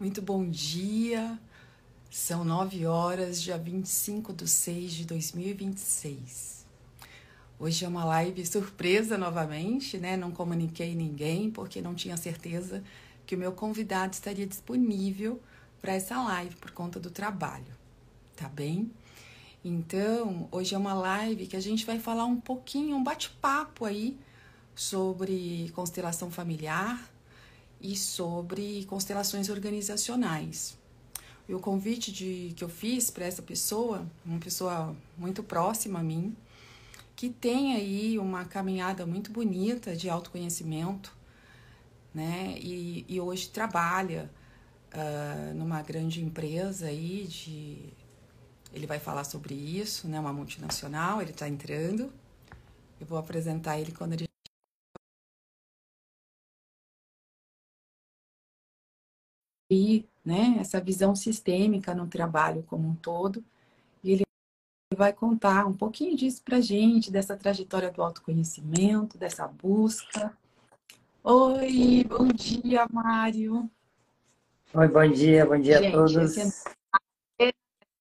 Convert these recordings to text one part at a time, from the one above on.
Muito bom dia. São 9 horas, dia 25/6/2026. Hoje é uma live surpresa novamente, né? Não comuniquei ninguém porque não tinha certeza que o meu convidado estaria disponível para essa live por conta do trabalho, tá bem? Então, hoje é uma live que a gente vai falar um pouquinho, um bate-papo aí sobre constelação familiar e sobre constelações organizacionais. E o convite que eu fiz para essa pessoa, uma pessoa muito próxima a mim, que tem aí uma caminhada muito bonita de autoconhecimento, né? E hoje trabalha numa grande empresa aí ele vai falar sobre isso, né? Uma multinacional, ele está entrando. Eu vou apresentar ele quando ele né? Essa visão sistêmica no trabalho como um todo. E ele vai contar um pouquinho disso pra gente, dessa trajetória do autoconhecimento, dessa busca. Oi, bom dia, Mário. Oi, bom dia a Gente, esse todos. é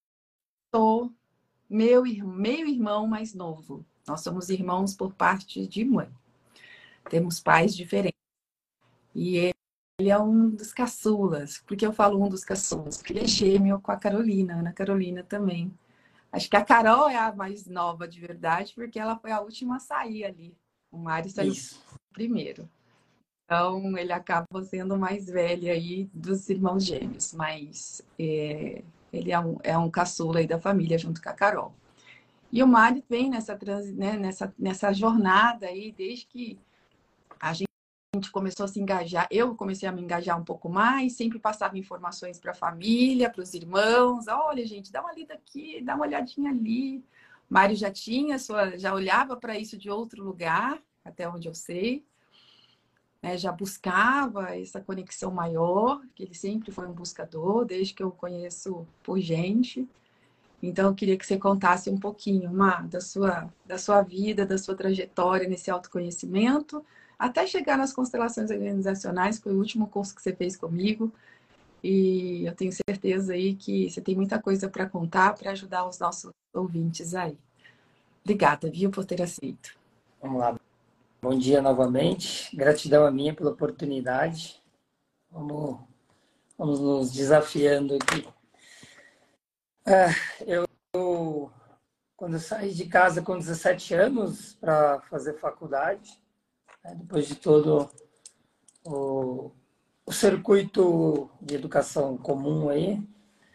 meu irmão mais novo. Nós somos irmãos por parte de mãe. Temos pais diferentes. E ele é um dos caçulas. Por que eu falo um dos caçulas? Porque ele é gêmeo com a Carolina, Ana Carolina também. Acho que a Carol é a mais nova de verdade, porque ela foi a última a sair ali. O Mário saiu Isso. primeiro. Então, ele acaba sendo o mais velho aí dos irmãos gêmeos, mas ele é um caçula aí da família, junto com a Carol. E o Mário vem nessa jornada aí, desde que a gente começou a se engajar, eu comecei a me engajar um pouco mais, sempre passava informações para a família, para os irmãos. Olha, gente, dá uma lida aqui, dá uma olhadinha ali. Mário já olhava para isso de outro lugar, até onde eu sei. Né, já buscava essa conexão maior, que ele sempre foi um buscador, desde que eu o conheço por gente. Então, eu queria que você contasse um pouquinho, Mar, da sua vida, da sua trajetória nesse autoconhecimento, até chegar nas constelações organizacionais, que foi o último curso que você fez comigo. E eu tenho certeza aí que você tem muita coisa para contar, para ajudar os nossos ouvintes aí. Obrigada, viu, por ter aceito. Vamos lá. Bom dia novamente. Gratidão a minha pela oportunidade. Vamos nos desafiando aqui. Quando eu saí de casa com 17 anos para fazer faculdade, depois de todo o circuito de educação comum aí,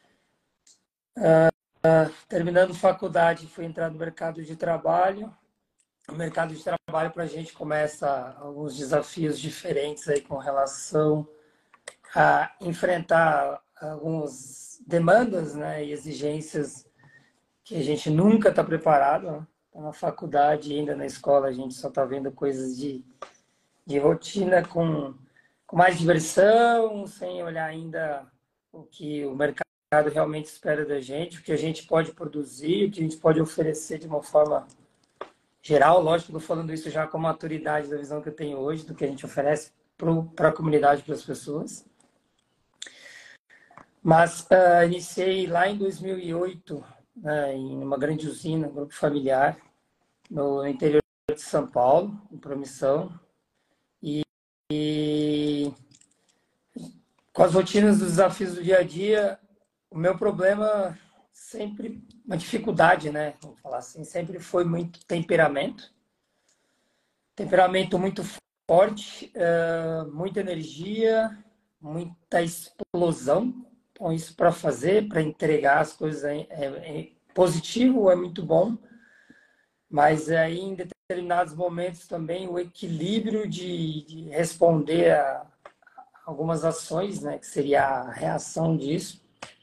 terminando faculdade, fui entrar no mercado de trabalho. O mercado de trabalho para a gente começa alguns desafios diferentes aí com relação a enfrentar algumas demandas, né, e exigências que a gente nunca está preparado. Né? Na faculdade, ainda na escola, a gente só está vendo coisas de rotina com mais diversão, sem olhar ainda o que o mercado realmente espera da gente, o que a gente pode produzir, o que a gente pode oferecer de uma forma geral. Lógico, estou falando isso já com a maturidade da visão que eu tenho hoje, do que a gente oferece para a comunidade, para as pessoas. Mas iniciei lá em 2008, em uma grande usina, um grupo familiar, no interior de São Paulo, em Promissão. E com as rotinas dos desafios do dia a dia, o meu problema sempre, uma dificuldade, né? Vamos falar assim, sempre foi muito temperamento. Temperamento muito forte, muita energia, muita explosão. Então, isso para fazer, para entregar as coisas é positivo, é muito bom, mas aí em determinados momentos também o equilíbrio de responder a algumas ações, né, que seria a reação disso,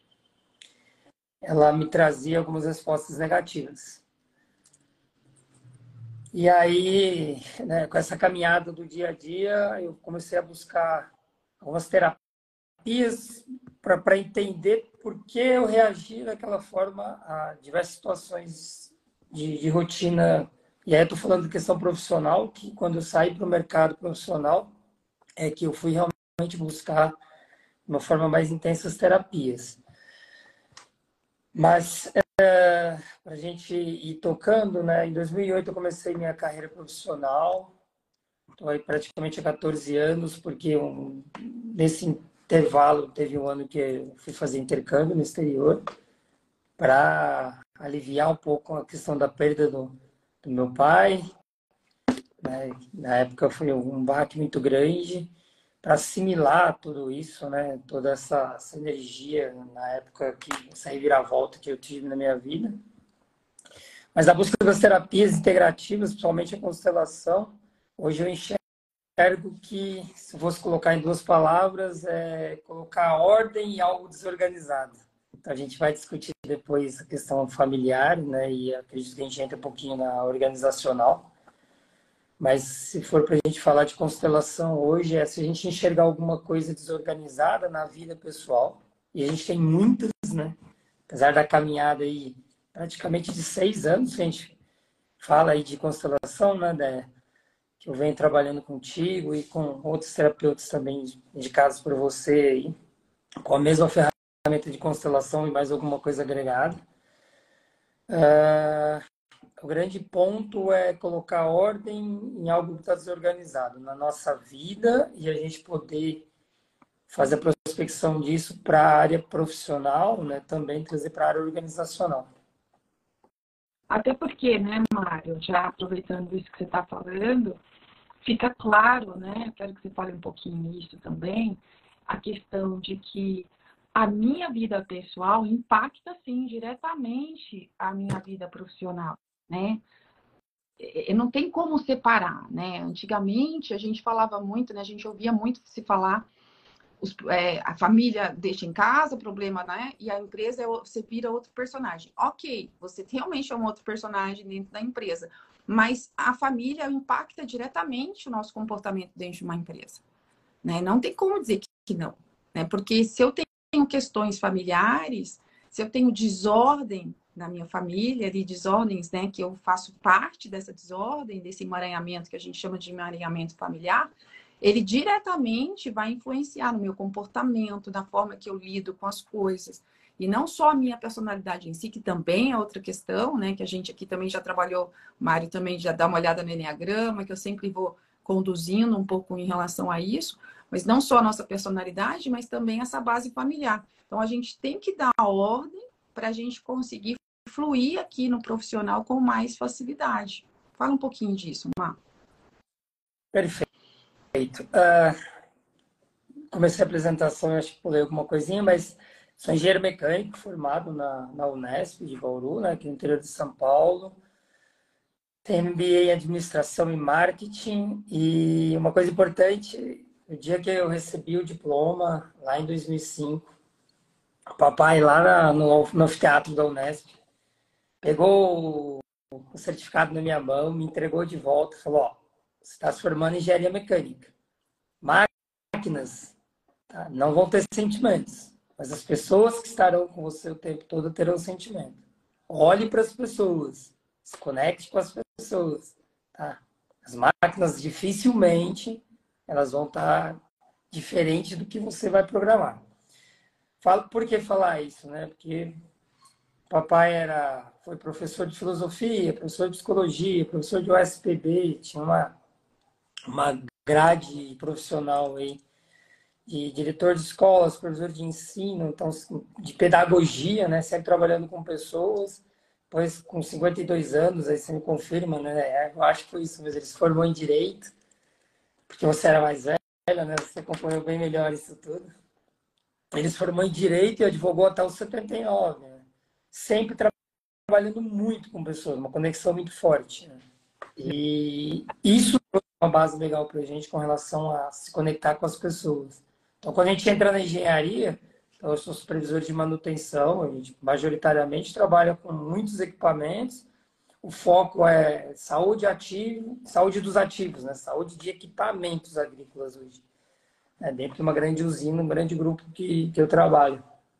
ela me trazia algumas respostas negativas. E aí, né, com essa caminhada do dia a dia, eu comecei a buscar algumas terapias para entender por que eu reagi daquela forma a diversas situações de rotina. E aí eu estou falando de questão profissional, que quando eu saí para o mercado profissional, é que eu fui realmente buscar uma forma mais intensa as terapias. Mas, para a gente ir tocando, né? Em 2008 eu comecei minha carreira profissional, estou aí praticamente há 14 anos, porque nesse intervalo teve um ano que eu fui fazer intercâmbio no exterior, para aliviar um pouco a questão da perda do meu pai, né? Na época foi um baque muito grande, para assimilar tudo isso, né? Toda essa energia na época, essa reviravolta que eu tive na minha vida. Mas a busca das terapias integrativas, principalmente a constelação, hoje eu enxergo que, se fosse colocar em duas palavras, é colocar ordem em algo desorganizado. Então, a gente vai discutir depois a questão familiar, né? E acredito que a gente entra um pouquinho na organizacional. Mas se for para a gente falar de constelação hoje, se a gente enxergar alguma coisa desorganizada na vida pessoal, e a gente tem muitas, né? Apesar da caminhada aí praticamente de 6 anos, que a gente fala aí de constelação, né? Que eu venho trabalhando contigo e com outros terapeutas também indicados por você aí, com a mesma ferramenta de constelação e mais alguma coisa agregada. O grande ponto é colocar ordem em algo que está desorganizado na nossa vida e a gente poder fazer a prospecção disso para a área profissional, né? Também trazer para a área organizacional. Até porque, né, Mário, já aproveitando isso que você está falando, fica claro, né, quero que você fale um pouquinho nisso também, a questão de que a minha vida pessoal impacta, sim, diretamente a minha vida profissional, né? Não tem como separar, né? Antigamente a gente falava muito, né? A gente ouvia muito se falar, a família deixa em casa, o problema, né? E a empresa você vira outro personagem. Ok, você realmente é um outro personagem dentro da empresa, mas a família impacta diretamente o nosso comportamento dentro de uma empresa, né? Não tem como dizer que não, né? Porque se eu tenho questões familiares, se eu tenho desordem na minha família, de desordens, né, que eu faço parte dessa desordem, desse emaranhamento que a gente chama de emaranhamento familiar, ele diretamente vai influenciar no meu comportamento, na forma que eu lido com as coisas. E não só a minha personalidade em si, que também é outra questão, né, que a gente aqui também já trabalhou, o Mário também já dá uma olhada no Enneagrama, que eu sempre vou conduzindo um pouco em relação a isso, mas não só a nossa personalidade, mas também essa base familiar. Então, a gente tem que dar ordem para a gente conseguir fluir aqui no profissional com mais facilidade. Fala um pouquinho disso, Má. Perfeito. Comecei a apresentação, acho que pulei alguma coisinha, mas sou engenheiro mecânico formado na Unesp de Bauru, né, aqui no interior de São Paulo. Tenho MBA em administração e marketing. E uma coisa importante, no dia que eu recebi o diploma, lá em 2005, o papai lá no anfiteatro da Unesp pegou o certificado na minha mão, me entregou de volta e falou: ó, você está se formando em engenharia mecânica. Máquinas, tá? Não vão ter sentimentos, mas as pessoas que estarão com você o tempo todo terão sentimento. Olhe para as pessoas, se conecte com as pessoas, tá? As máquinas dificilmente elas vão estar diferente do que você vai programar. Por que falar isso, né? Porque papai foi professor de filosofia, professor de psicologia, professor de USPB, tinha uma grade profissional aí de diretor de escolas, professor de ensino, então de pedagogia, né? Sempre trabalhando com pessoas. Depois, com 52 anos, aí você me confirma, né? Eu acho que foi isso, mas ele se formou em Direito, porque você era mais velha, né? Você acompanhou bem melhor isso tudo. Ele se formou em Direito e advogou até os 79, né? Sempre trabalhando muito com pessoas, uma conexão muito forte, né? E isso é uma base legal para a gente com relação a se conectar com as pessoas. Então, quando a gente entra na engenharia, então eu sou supervisor de manutenção, a gente majoritariamente trabalha com muitos equipamentos. O foco é saúde dos ativos, né? Saúde de equipamentos agrícolas hoje. Dentro de uma grande usina, um grande grupo que eu trabalho.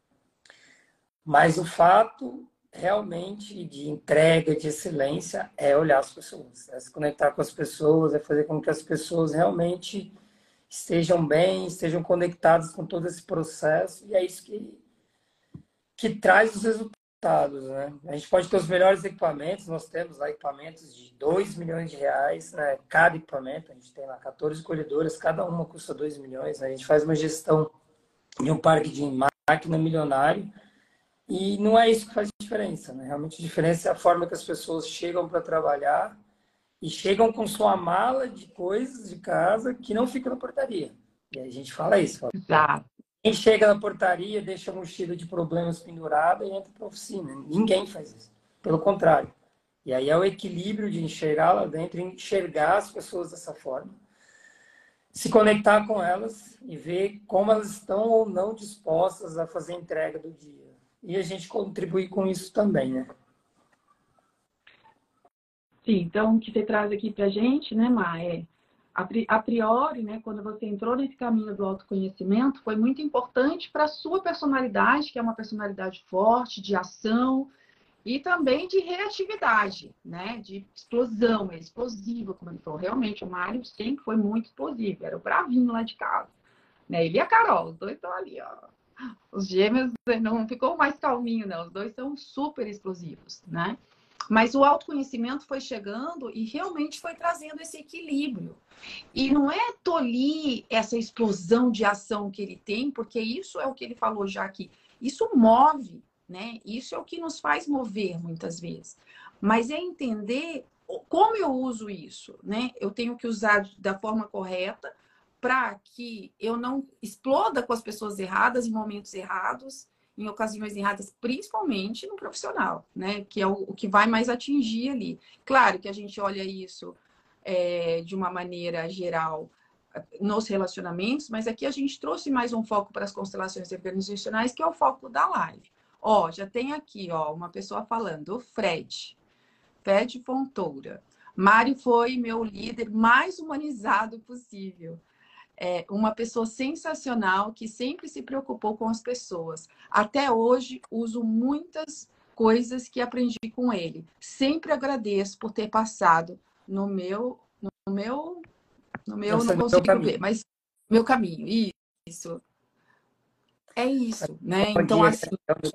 Mas o fato realmente de entrega, de excelência, é olhar as pessoas, é se conectar com as pessoas, é fazer com que as pessoas realmente estejam bem, estejam conectados com todo esse processo, e é isso que traz os resultados, né? A gente pode ter os melhores equipamentos, nós temos lá equipamentos de R$ 2 milhões, né? Cada equipamento, a gente tem lá 14 colhedoras, cada uma custa 2 milhões, né? A gente faz uma gestão de um parque de máquina milionário, e não é isso que faz diferença, né? Realmente a diferença é a forma que as pessoas chegam para trabalhar e chegam com sua mala de coisas de casa que não fica na portaria. E aí a gente fala isso, fala, Exato. quem chega na portaria, deixa a mochila de problemas pendurada e entra para a oficina. Ninguém faz isso. Pelo contrário. E aí é o equilíbrio de enxergar lá dentro, enxergar as pessoas dessa forma, se conectar com elas e ver como elas estão ou não dispostas a fazer a entrega do dia. E a gente contribui com isso também, né? Sim, então o que você traz aqui para a gente, né, Má, a priori, né, quando você entrou nesse caminho do autoconhecimento, foi muito importante para a sua personalidade, que é uma personalidade forte, de ação e também de reatividade, né, de explosão, é explosivo, como ele falou. Realmente, o Mário sempre foi muito explosivo, era o bravinho lá de casa, né, ele e a Carol, os dois estão ali, ó. Os gêmeos não ficou mais calminho, não, os dois são super explosivos, né. Mas o autoconhecimento foi chegando e realmente foi trazendo esse equilíbrio. E não é tolir essa explosão de ação que ele tem, porque isso é o que ele falou já aqui. Isso move, né? Isso é o que nos faz mover muitas vezes. Mas é entender como eu uso isso, né? Eu tenho que usar da forma correta para que eu não exploda com as pessoas erradas em momentos errados, em ocasiões erradas, principalmente no profissional, né? Que é o que vai mais atingir ali. Claro que a gente olha isso de uma maneira geral nos relacionamentos, mas aqui a gente trouxe mais um foco para as constelações organizacionais, que é o foco da live. Ó, já tem aqui, ó, uma pessoa falando, o Fred Fontoura. Mário foi meu líder mais humanizado possível. Uma pessoa sensacional que sempre se preocupou com as pessoas. Até hoje, uso muitas coisas que aprendi com ele. Sempre agradeço por ter passado no meu, não consigo ver, mas meu caminho. Isso. É isso, né? Bom Então, dia. assim,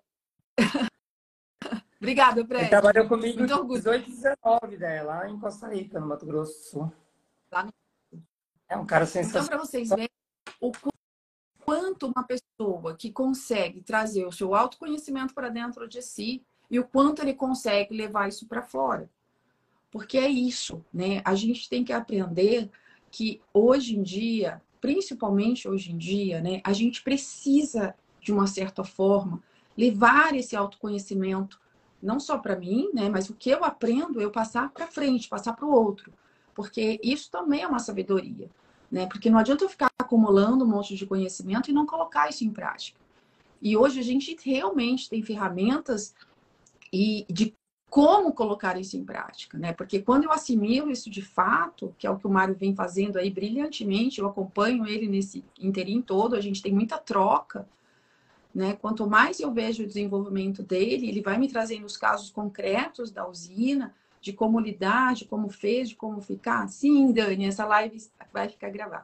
obrigada, Ele Fred. trabalhou comigo Muito de orgulho. 18 e 19, né? Lá em Costa Rica, no Mato Grosso do Sul. Lá no... É um cara Então, sensacional. para vocês verem o quanto uma pessoa que consegue trazer o seu autoconhecimento para dentro de si e o quanto ele consegue levar isso para fora. Porque é isso, né? A gente tem que aprender que hoje em dia, principalmente hoje em dia, né, a gente precisa, de uma certa forma, levar esse autoconhecimento, não só para mim, né, mas o que eu aprendo, eu passar para frente, passar para o outro. Porque isso também é uma sabedoria, né? Porque não adianta eu ficar acumulando um monte de conhecimento e não colocar isso em prática. E hoje a gente realmente tem ferramentas e de como colocar isso em prática, né? Porque quando eu assimilo isso de fato, que é o que o Mário vem fazendo aí brilhantemente, eu acompanho ele nesse interim todo, a gente tem muita troca, né? Quanto mais eu vejo o desenvolvimento dele, ele vai me trazendo os casos concretos da usina, de como lidar, de como fez, de como ficar. Sim, Dani, essa live vai ficar gravada.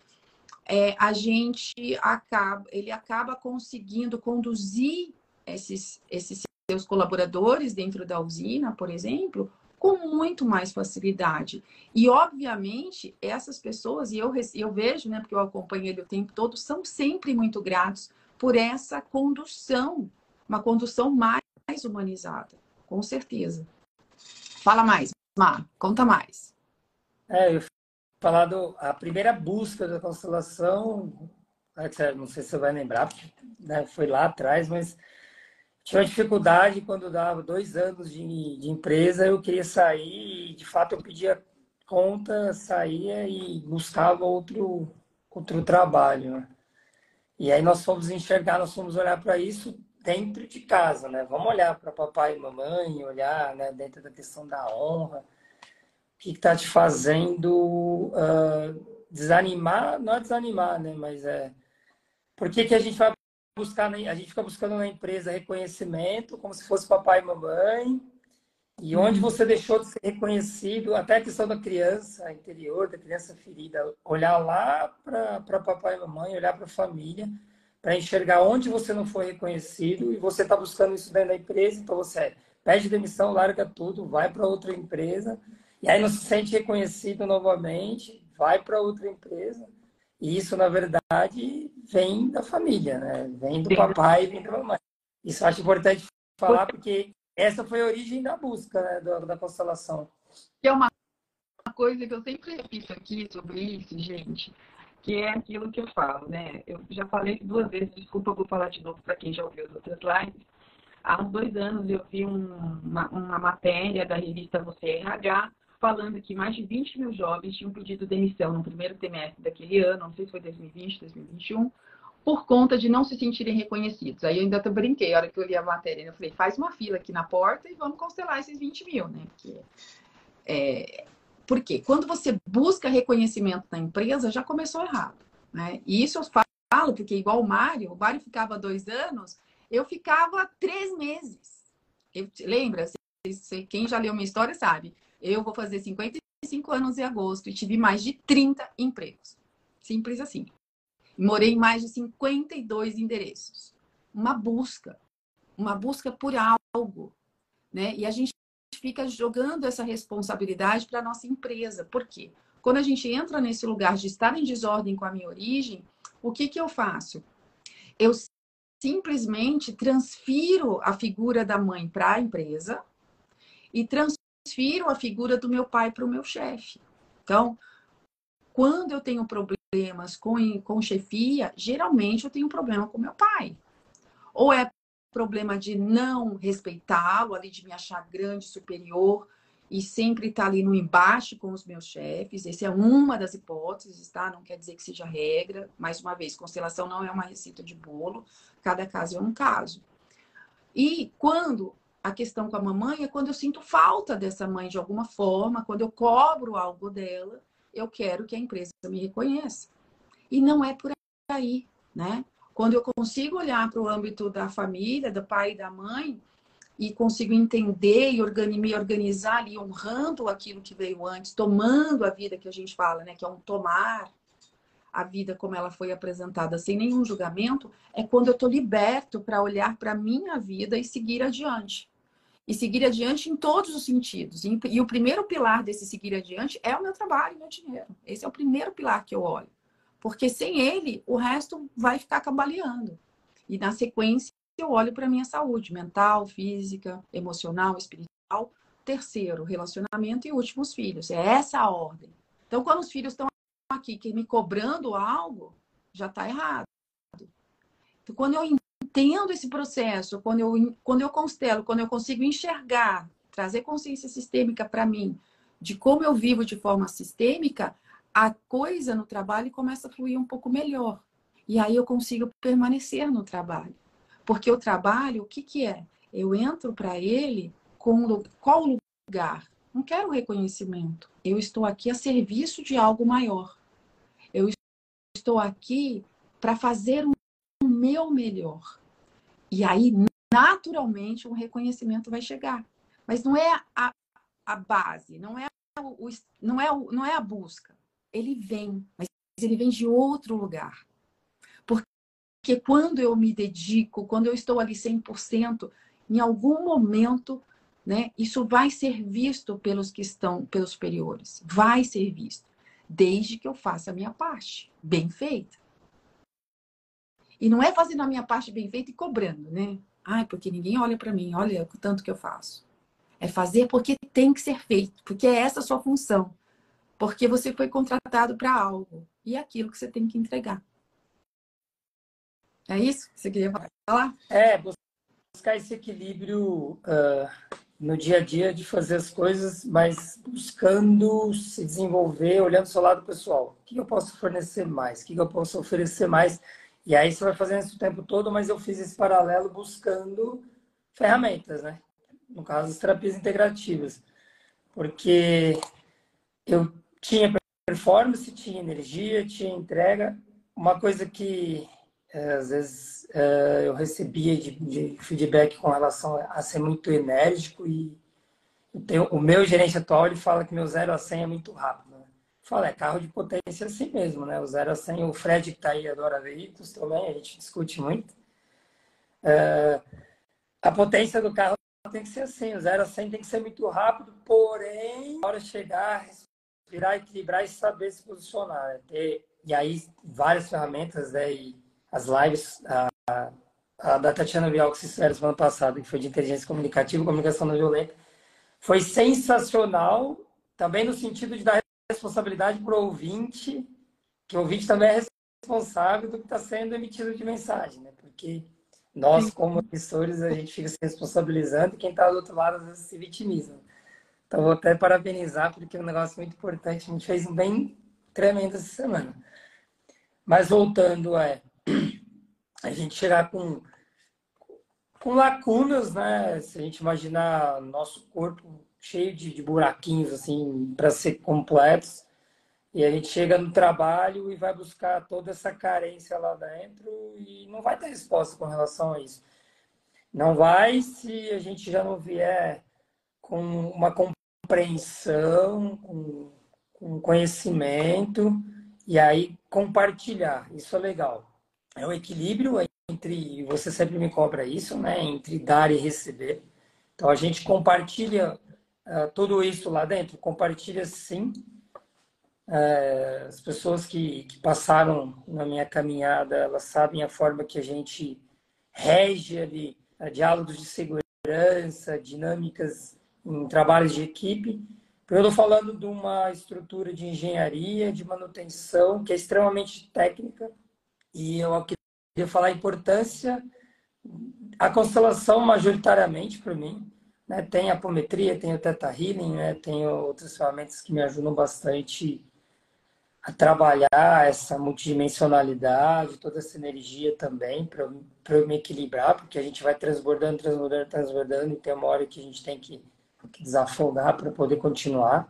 Ele acaba conseguindo conduzir esses seus colaboradores dentro da usina, por exemplo, com muito mais facilidade. E, obviamente, essas pessoas, e eu vejo, né, porque eu acompanho ele o tempo todo, são sempre muito gratos por essa condução, uma condução mais humanizada, com certeza. Fala mais, Má, conta mais. Eu falar a primeira busca da constelação, não sei se você vai lembrar, porque, né, foi lá atrás, mas tinha uma dificuldade quando dava 2 anos de empresa, eu queria sair e, de fato, eu pedia conta, saía e buscava outro trabalho, né? E aí nós fomos enxergar, nós fomos olhar para isso dentro de casa, né? Vamos olhar para papai e mamãe, olhar, né, dentro da questão da honra, o que está te fazendo desanimar, não é desanimar, né? Mas por que a gente vai buscar, a gente fica buscando na empresa reconhecimento, como se fosse papai e mamãe, E onde você deixou de ser reconhecido, até a questão da criança interior, da criança ferida, olhar lá para papai e mamãe, olhar para a família, para enxergar onde você não foi reconhecido e você está buscando isso dentro da empresa, então você pede demissão, larga tudo, vai para outra empresa, e aí não se sente reconhecido novamente, vai para outra empresa. E isso, na verdade, vem da família, né? Vem do papai, vem da mamãe. Isso eu acho importante falar, porque essa foi a origem da busca, né, da constelação. Que é uma coisa que eu sempre repito aqui sobre isso, gente, que é aquilo que eu falo, né? Eu já falei 2 vezes, desculpa, vou falar de novo para quem já ouviu as outras lives. Há uns 2 anos eu vi uma matéria da revista Você RH falando que mais de 20 mil jovens tinham pedido demissão no primeiro trimestre daquele ano, não sei se foi 2020, 2021, por conta de não se sentirem reconhecidos. Aí eu ainda brinquei, a hora que eu li a matéria, eu falei, faz uma fila aqui na porta e vamos constelar esses 20 mil, né? Porque quando você busca reconhecimento na empresa, já começou errado, né? E isso eu falo porque, igual o Mário ficava 2 anos, eu ficava 3 meses. Lembra? Quem já leu minha história sabe. Eu vou fazer 55 anos em agosto e tive mais de 30 empregos. Simples assim. Morei em mais de 52 endereços. Uma busca por algo, né? E a gente fica jogando essa responsabilidade para a nossa empresa. Por quê? Quando a gente entra nesse lugar de estar em desordem com a minha origem, o que eu faço? Eu simplesmente transfiro a figura da mãe para a empresa e transfiro a figura do meu pai para o meu chefe. Então, quando eu tenho problemas com chefia, geralmente eu tenho problema com meu pai. Ou é problema de não respeitá-lo, ali de me achar grande, superior, e sempre estar ali no embate com os meus chefes. Essa é uma das hipóteses, tá? Não quer dizer que seja regra. Mais uma vez, constelação não é uma receita de bolo. Cada caso é um caso. E quando a questão com a mamãe é quando eu sinto falta dessa mãe de alguma forma, quando eu cobro algo dela, eu quero que a empresa me reconheça. E não é por aí, né? Quando eu consigo olhar para o âmbito da família, do pai e da mãe, e consigo entender e me organizar ali, honrando aquilo que veio antes, tomando a vida que a gente fala, né? Que é um tomar a vida como ela foi apresentada, sem nenhum julgamento, é quando eu estou liberto para olhar para a minha vida e seguir adiante. E seguir adiante em todos os sentidos. E o primeiro pilar desse seguir adiante é o meu trabalho e meu dinheiro. Esse é o primeiro pilar que eu olho. Porque sem ele, o resto vai ficar cambaleando. E na sequência, eu olho para a minha saúde mental, física, emocional, espiritual. Terceiro, relacionamento e último, os filhos. É essa a ordem. Então, quando os filhos estão aqui me cobrando algo, já está errado. Então, quando eu entendo esse processo, quando eu constelo, quando eu consigo enxergar, trazer consciência sistêmica para mim, de como eu vivo de forma sistêmica, a coisa no trabalho começa a fluir um pouco melhor. E aí eu consigo permanecer no trabalho. Porque o trabalho, o que é? Eu entro para ele com qual lugar? Não quero reconhecimento. Eu estou aqui a serviço de algo maior. Eu estou aqui para fazer o meu melhor. E aí, naturalmente, um reconhecimento vai chegar. Mas não é a base, não é a busca. Ele vem, mas ele vem de outro lugar. Porque quando eu me dedico, quando eu estou ali 100%, em algum momento, né, isso vai ser visto pelos que estão, pelos superiores. Vai ser visto. Desde que eu faça a minha parte, bem feita. E não é fazendo a minha parte bem feita e cobrando, né? Ai, porque ninguém olha para mim, olha o tanto que eu faço. É fazer porque tem que ser feito, porque é essa a sua função. Porque você foi contratado para algo. E é aquilo que você tem que entregar. É isso que você queria falar? É, buscar esse equilíbrio no dia a dia de fazer as coisas, mas buscando se desenvolver, olhando o seu lado pessoal. O que eu posso fornecer mais? O que eu posso oferecer mais? E aí você vai fazendo isso o tempo todo, mas eu fiz esse paralelo buscando ferramentas, né? No caso, as terapias integrativas. Porque eu tinha performance, tinha energia, tinha entrega. Uma coisa que às vezes eu recebia de feedback com relação a ser muito enérgico e O meu gerente atual, ele fala que meu 0 a 100 é muito rápido, né? Fala, é carro de potência assim mesmo, né? O 0 a 100, o Fred que tá aí adora veículos também, a gente discute muito. A potência do carro tem que ser assim, o 0 a 100 tem que ser muito rápido, porém, na hora de chegar, respirar, equilibrar e saber se posicionar. Né? E aí, várias ferramentas, né? E as lives, a da Tatiana Vial que se fizeram semana passada, que foi de inteligência comunicativa, comunicação não violenta, foi sensacional, também no sentido de dar responsabilidade para o ouvinte, que o ouvinte também é responsável do que está sendo emitido de mensagem, né? Porque nós, Sim. como emissores, a gente fica se responsabilizando e quem está do outro lado, às vezes, se vitimiza. Então, vou até parabenizar, porque é um negócio muito importante. A gente fez um bem tremendo essa semana. Mas, voltando, a gente chegar com lacunas, né? Se a gente imaginar nosso corpo cheio de buraquinhos, assim, para ser completos, e a gente chega no trabalho e vai buscar toda essa carência lá dentro e não vai ter resposta com relação a isso. Não vai se a gente já não vier com uma compreensão, com conhecimento, e aí compartilhar. Isso é legal. É o equilíbrio entre, você sempre me cobra isso, né? Entre dar e receber. Então a gente compartilha tudo isso lá dentro, compartilha sim. As pessoas que passaram na minha caminhada, elas sabem a forma que a gente rege ali, diálogos de segurança, dinâmicas em trabalhos de equipe. Eu estou falando de uma estrutura de engenharia, de manutenção, que é extremamente técnica, e eu queria falar a importância, a constelação majoritariamente para mim, né? Tem a apometria, tem o Theta Healing, né? Tem outras ferramentas que me ajudam bastante a trabalhar essa multidimensionalidade, toda essa energia também, para eu me equilibrar, porque a gente vai transbordando, transbordando, transbordando, e tem uma hora que a gente tem que desafogar para poder continuar.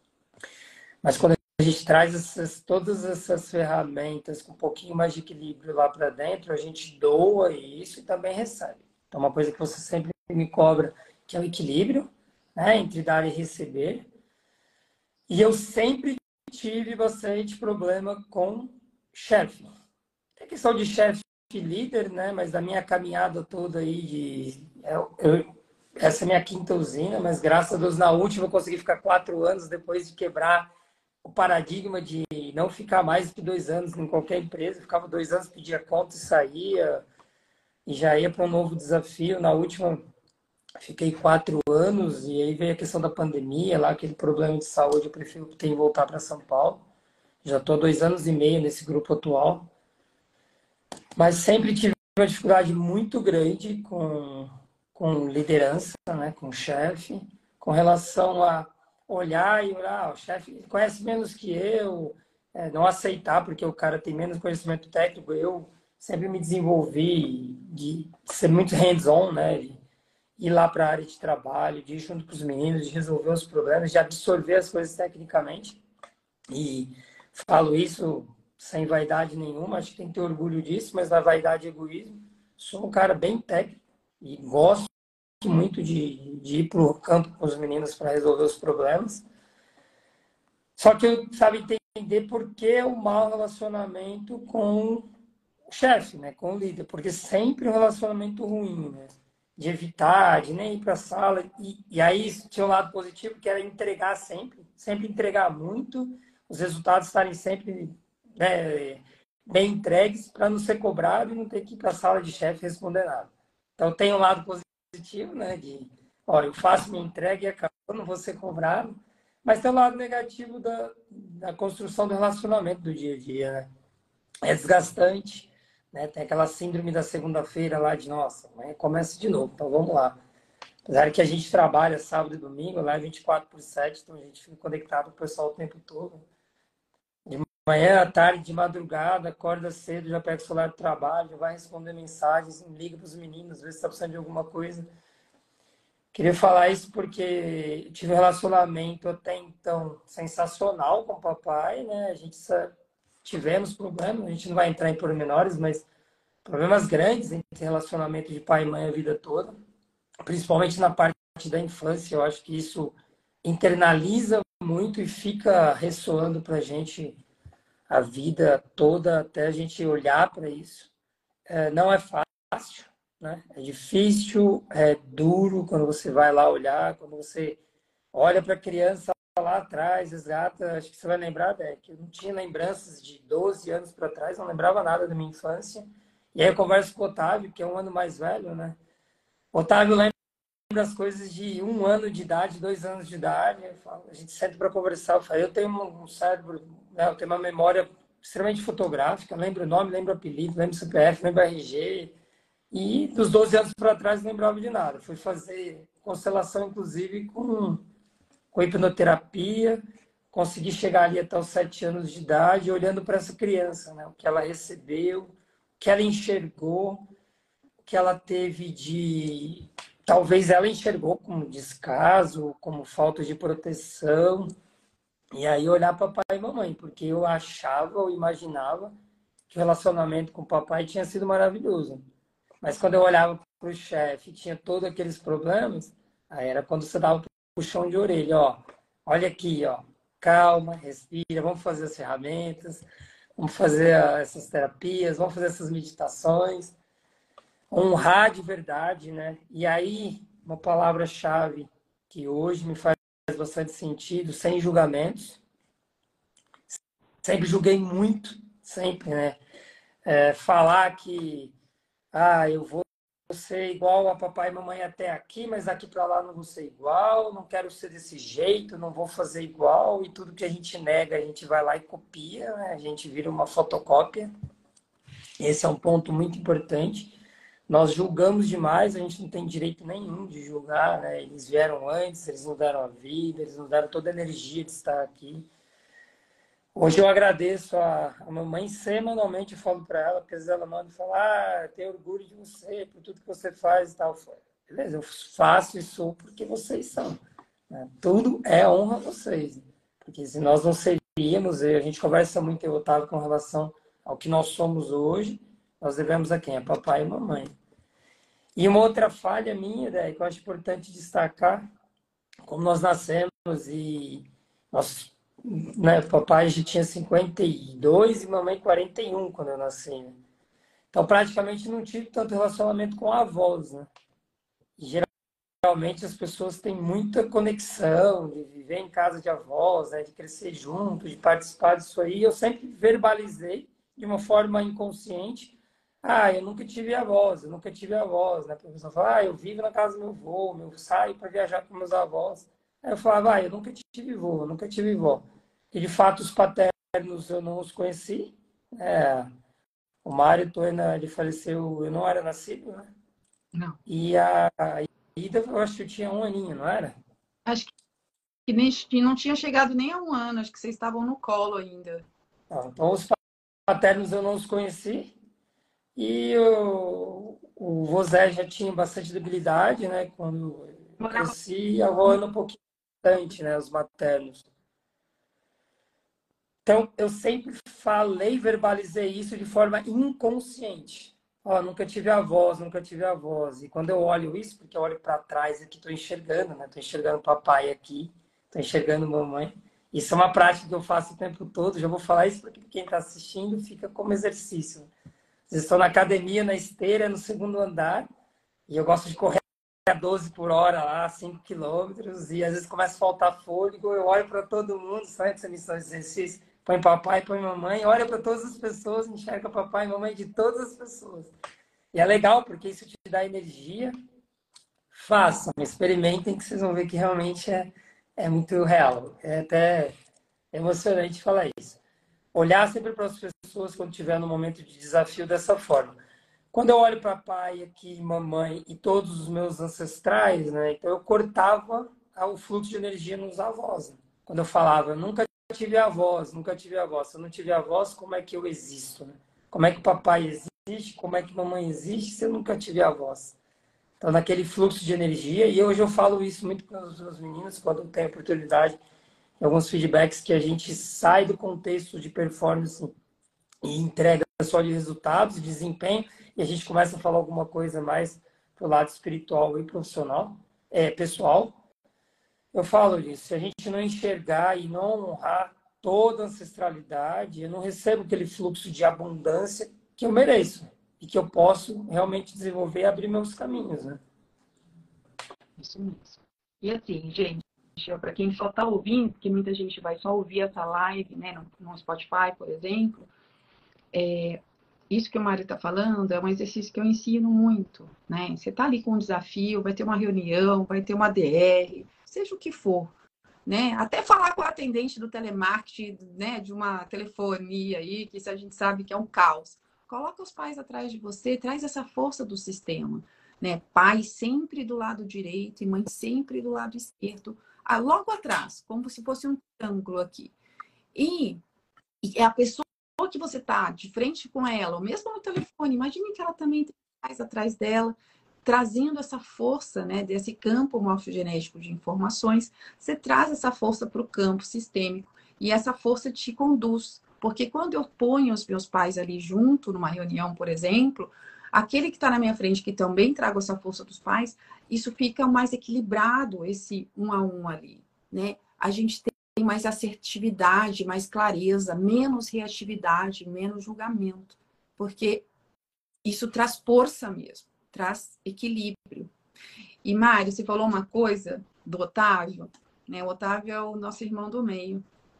Mas quando a gente traz todas essas ferramentas com um pouquinho mais de equilíbrio lá para dentro, a gente doa isso e também recebe. Então, uma coisa que você sempre me cobra, que é o equilíbrio, né, entre dar e receber. E eu sempre tive bastante problema com chefe. É questão de chefe líder, né? Mas da minha caminhada toda aí essa é a minha quinta usina, mas graças a Deus na última eu consegui ficar 4 anos depois de quebrar o paradigma de não ficar mais do que 2 anos em qualquer empresa. Eu ficava 2 anos, pedia conta e saía, e já ia para um novo desafio. Na última fiquei 4 anos e aí veio a questão da pandemia, lá aquele problema de saúde, eu prefiro ter que voltar para São Paulo. Já estou 2 anos e meio nesse grupo atual, mas sempre tive uma dificuldade muito grande com liderança, né, com chefe, com relação a olhar e olhar, o chefe conhece menos que eu, não aceitar porque o cara tem menos conhecimento técnico. Eu sempre me desenvolvi de ser muito hands-on, né, de ir lá para a área de trabalho, de ir junto com os meninos, de resolver os problemas, de absorver as coisas tecnicamente. E falo isso sem vaidade nenhuma, acho que tem que ter orgulho disso, mas na vaidade e egoísmo, sou um cara bem técnico e gosto muito de ir para o campo com os meninos para resolver os problemas. Só que eu sabe entender por que o mau relacionamento com o chefe, né, com o líder, porque sempre um relacionamento ruim, né? De evitar, de nem ir para a sala. E aí tinha um lado positivo, que era entregar sempre, sempre entregar muito, os resultados estarem sempre, né, bem entregues, para não ser cobrado e não ter que ir para a sala de chefe responder nada. Então tem um lado positivo, né, de, ó, eu faço minha entrega e acabou, não vou ser cobrado. Mas tem o lado negativo da construção do relacionamento do dia a dia, né? É desgastante, né? Tem aquela síndrome da segunda-feira lá de, nossa, amanhã começa de novo, então vamos lá. Apesar que a gente trabalha sábado e domingo, lá é 24/7, então a gente fica conectado com o pessoal o tempo todo. De manhã, à tarde, de madrugada, acorda cedo, já pega o celular do trabalho, já vai responder mensagens, liga para os meninos, vê se está precisando de alguma coisa. Queria falar isso porque tive um relacionamento até então sensacional com o papai, né? A gente tivemos problemas, a gente não vai entrar em pormenores, mas problemas grandes entre relacionamento de pai e mãe a vida toda, principalmente na parte parte da infância. Eu acho que isso internaliza muito e fica ressoando para a gente a vida toda, até a gente olhar para isso. Não é fácil, né? É difícil, é duro quando você vai lá olhar, quando você olha para a criança lá atrás, resgata. Acho que você vai lembrar, né, que eu não tinha lembranças de 12 anos para trás, não lembrava nada da minha infância. E aí eu converso com o Otávio, que é um ano mais velho, né? O Otávio lembra as coisas de 1 ano de idade, 2 anos de idade. A gente senta para conversar. Eu falo, eu tenho um cérebro, né, eu tenho uma memória extremamente fotográfica, lembro o nome, lembro o apelido, lembro o CPF, lembro o RG. E dos 12 anos para trás não lembrava de nada. Fui fazer constelação, inclusive, com hipnoterapia. Consegui chegar ali até os 7 anos de idade, olhando para essa criança, né? O que ela recebeu, o que ela enxergou, o que ela teve de... Talvez ela enxergou como descaso, como falta de proteção. E aí olhar para papai e mamãe, porque eu achava ou imaginava que o relacionamento com o papai tinha sido maravilhoso. Mas quando eu olhava para o chefe e tinha todos aqueles problemas, aí era quando você dava um puxão de orelha, ó. Olha aqui, ó. Calma, respira, vamos fazer as ferramentas, vamos fazer essas terapias, vamos fazer essas meditações, honrar de verdade, né? E aí, uma palavra-chave que hoje me faz bastante sentido, sem julgamentos. Sempre julguei muito, sempre, né? Falar que eu vou ser igual a papai e mamãe até aqui, mas daqui para lá não vou ser igual, não quero ser desse jeito, não vou fazer igual, e tudo que a gente nega, a gente vai lá e copia, né? A gente vira uma fotocópia. Esse é um ponto muito importante. Nós julgamos demais, a gente não tem direito nenhum de julgar, né? Eles vieram antes, eles nos deram a vida, eles nos deram toda a energia de estar aqui. Hoje eu agradeço a mamãe semanalmente, eu falo para ela, porque às vezes ela manda e fala, tenho orgulho de você, por tudo que você faz e tal. Beleza, eu faço e sou porque vocês são. Né? Tudo é honra a vocês. Porque se nós não seríamos, e a gente conversa muito, eu, Otávio, com relação ao que nós somos hoje, nós devemos a quem? A papai e mamãe. E uma outra falha minha, né, que eu acho importante destacar, como nós nascemos e nós, né, papai já tinha 52 e mamãe 41 quando eu nasci, né? Então praticamente não tive tanto relacionamento com avós, né? E, geralmente as pessoas têm muita conexão de viver em casa de avós, né, de crescer junto, de participar disso aí. Eu sempre verbalizei de uma forma inconsciente. Eu nunca tive avós, eu nunca tive avós, né? A pessoa fala, eu vivo na casa do meu avô, eu saio para viajar com meus avós. Aí eu falava, eu nunca tive avô, eu nunca tive avó. E de fato os paternos eu não os conheci. O Mário Toena, ele faleceu, eu não era nascido, né? Não. E a Ida, eu acho que eu tinha 1 aninho, não era? Acho que nem, não tinha chegado nem a 1 ano, acho que vocês estavam no colo ainda. Então, os paternos eu não os conheci. E o Vosé já tinha bastante debilidade, né? Quando eu Morava. cresci, a avó era um pouquinho distante, né? Os maternos. Então, eu sempre falei, verbalizei isso de forma inconsciente. Nunca tive avós, nunca tive avós. E quando eu olho isso, porque eu olho para trás aqui, estou enxergando, né? Estou enxergando papai aqui, estou enxergando mamãe. Isso é uma prática que eu faço o tempo todo. Já vou falar isso porque quem está assistindo fica como exercício. Estou na academia, na esteira, no segundo andar, e eu gosto de correr a 12 por hora lá, 5 quilômetros, e às vezes começa a faltar fôlego, eu olho para todo mundo, só essa missão de exercício, põe papai, põe mamãe, olha para todas as pessoas, enxerga papai e mamãe de todas as pessoas. E é legal, porque isso te dá energia. Façam, experimentem, que vocês vão ver que realmente é muito real. É até emocionante falar isso. Olhar sempre para as pessoas quando estiver no momento de desafio dessa forma. Quando eu olho para pai aqui, mamãe e todos os meus ancestrais, né? Então eu cortava o fluxo de energia nos avós. Né? Quando eu falava, eu nunca tive avós, nunca tive avós. Se eu não tive avós, como é que eu existo? Né? Como é que papai existe? Como é que mamãe existe se eu nunca tive avós? Então, naquele fluxo de energia, e hoje eu falo isso muito para os meus meninos, quando eu tenho oportunidade, alguns feedbacks que a gente sai do contexto de performance e entrega só de resultados, de desempenho, e a gente começa a falar alguma coisa mais pro lado espiritual e profissional. pessoal. Eu falo isso, se a gente não enxergar e não honrar toda a ancestralidade, eu não recebo aquele fluxo de abundância que eu mereço e que eu posso realmente desenvolver e abrir meus caminhos, né? Isso mesmo. E assim, gente, para quem só está ouvindo, porque muita gente vai só ouvir essa live, né, no Spotify, por exemplo, isso que o Mário está falando é um exercício que eu ensino muito, né? Você está ali com um desafio, vai ter uma reunião, vai ter uma DR, seja o que for, né? Até falar com o atendente do telemarketing, né, de uma telefonia aí, que isso a gente sabe que é um caos. Coloca os pais atrás de você, traz essa força do sistema, né? Pai sempre do lado direito e mãe sempre do lado esquerdo, logo atrás, como se fosse um triângulo aqui. E é a pessoa que você está de frente com ela, ou mesmo no telefone, imagine que ela também tem pais atrás dela, trazendo essa força, né, desse campo morfogenético de informações, você traz essa força para o campo sistêmico e essa força te conduz. Porque quando eu ponho os meus pais ali junto, numa reunião, por exemplo, aquele que está na minha frente, que também traga essa força dos pais, isso fica mais equilibrado, esse um a um ali, né? A gente tem mais assertividade, mais clareza, menos reatividade, menos julgamento. Porque isso traz força mesmo, traz equilíbrio. E, Mário, você falou uma coisa do Otávio, né? O Otávio é o nosso irmão do meio.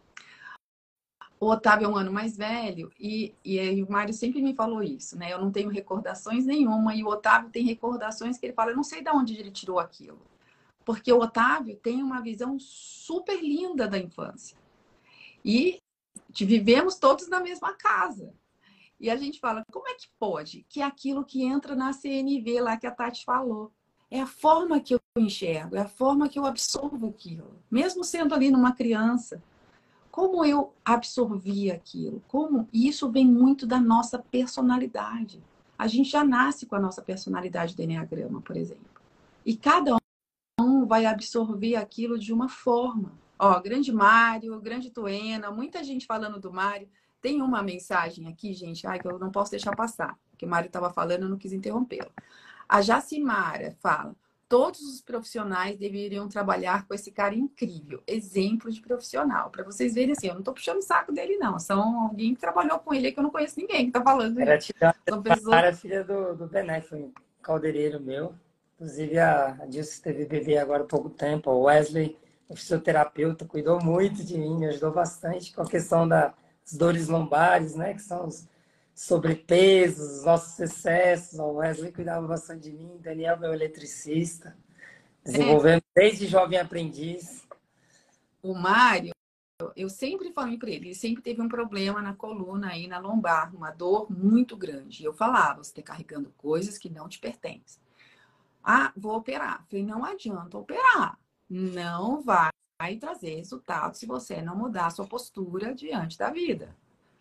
O Otávio é um ano mais velho e o Mário sempre me falou isso, né? Eu não tenho recordações nenhuma e o Otávio tem recordações que ele fala, eu não sei de onde ele tirou aquilo. Porque o Otávio tem uma visão super linda da infância. E vivemos todos na mesma casa. E a gente fala, como é que pode? Que é aquilo que entra na CNV lá que a Tati falou. É a forma que eu enxergo, é a forma que eu absorvo aquilo. Mesmo sendo ali numa criança. Como eu absorvi aquilo? Como isso vem muito da nossa personalidade. A gente já nasce com a nossa personalidade do Enneagrama, por exemplo. E cada um vai absorver aquilo de uma forma. Ó, grande Mário, grande Tuena, muita gente falando do Mário. Tem uma mensagem aqui, gente, que eu não posso deixar passar, porque o Mário estava falando, eu não quis interrompê-lo. A Jacimara fala: todos os profissionais deveriam trabalhar com esse cara incrível, exemplo de profissional. Para vocês verem assim, eu não estou puxando o saco dele, não. São alguém que trabalhou com ele que eu não conheço ninguém que está falando isso. São pessoas. Era filha do Benéfico, um caldeireiro meu. Inclusive, a Dilce teve bebê agora há pouco tempo. O Wesley, o fisioterapeuta, cuidou muito de mim, me ajudou bastante com a questão das dores lombares, né? Que são os sobrepesos, os nossos excessos. O Wesley cuidava bastante de mim. Daniel, meu eletricista. Desenvolvendo desde jovem aprendiz. O Mário, eu sempre falei para ele sempre teve um problema na coluna aí, na lombar, uma dor muito grande. Eu falava, você está carregando coisas que não te pertencem. Ah, vou operar. Falei, não adianta operar. Não vai trazer resultado se você não mudar a sua postura diante da vida.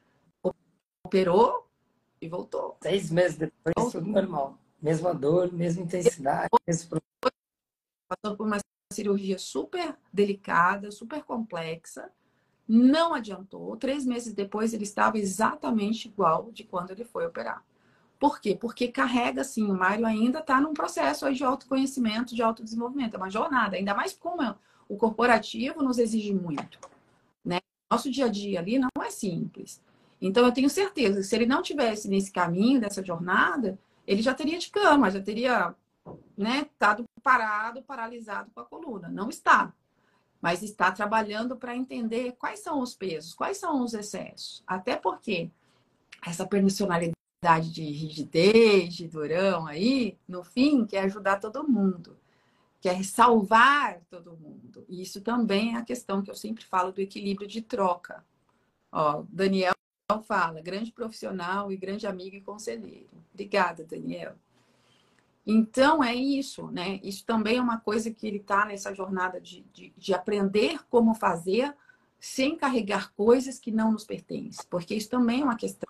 Operou e voltou. 6 meses depois, tudo normal. Mesma dor, mesma intensidade, mesmo problema. Passou por uma cirurgia super delicada, super complexa. Não adiantou. 3 meses depois, ele estava exatamente igual de quando ele foi operar. Por quê? Porque carrega, assim, o Mário ainda está num processo aí de autoconhecimento, de autodesenvolvimento. É uma jornada, ainda mais como o corporativo nos exige muito, né? Nosso dia a dia ali não é simples. Então, eu tenho certeza que se ele não tivesse nesse caminho, dessa jornada, ele já teria de cama, já teria, né, estado parado, paralisado com a coluna. Não está. Mas está trabalhando para entender quais são os pesos, quais são os excessos. Até porque essa personalidade de rigidez, de durão aí, no fim, quer ajudar todo mundo, quer salvar todo mundo. E isso também é a questão que eu sempre falo do equilíbrio de troca. Ó, Daniel fala, grande profissional e grande amigo e conselheiro. Obrigada, Daniel. Então, é isso, né? Isso também é uma coisa que ele está nessa jornada de aprender como fazer sem carregar coisas que não nos pertencem. Porque isso também é uma questão.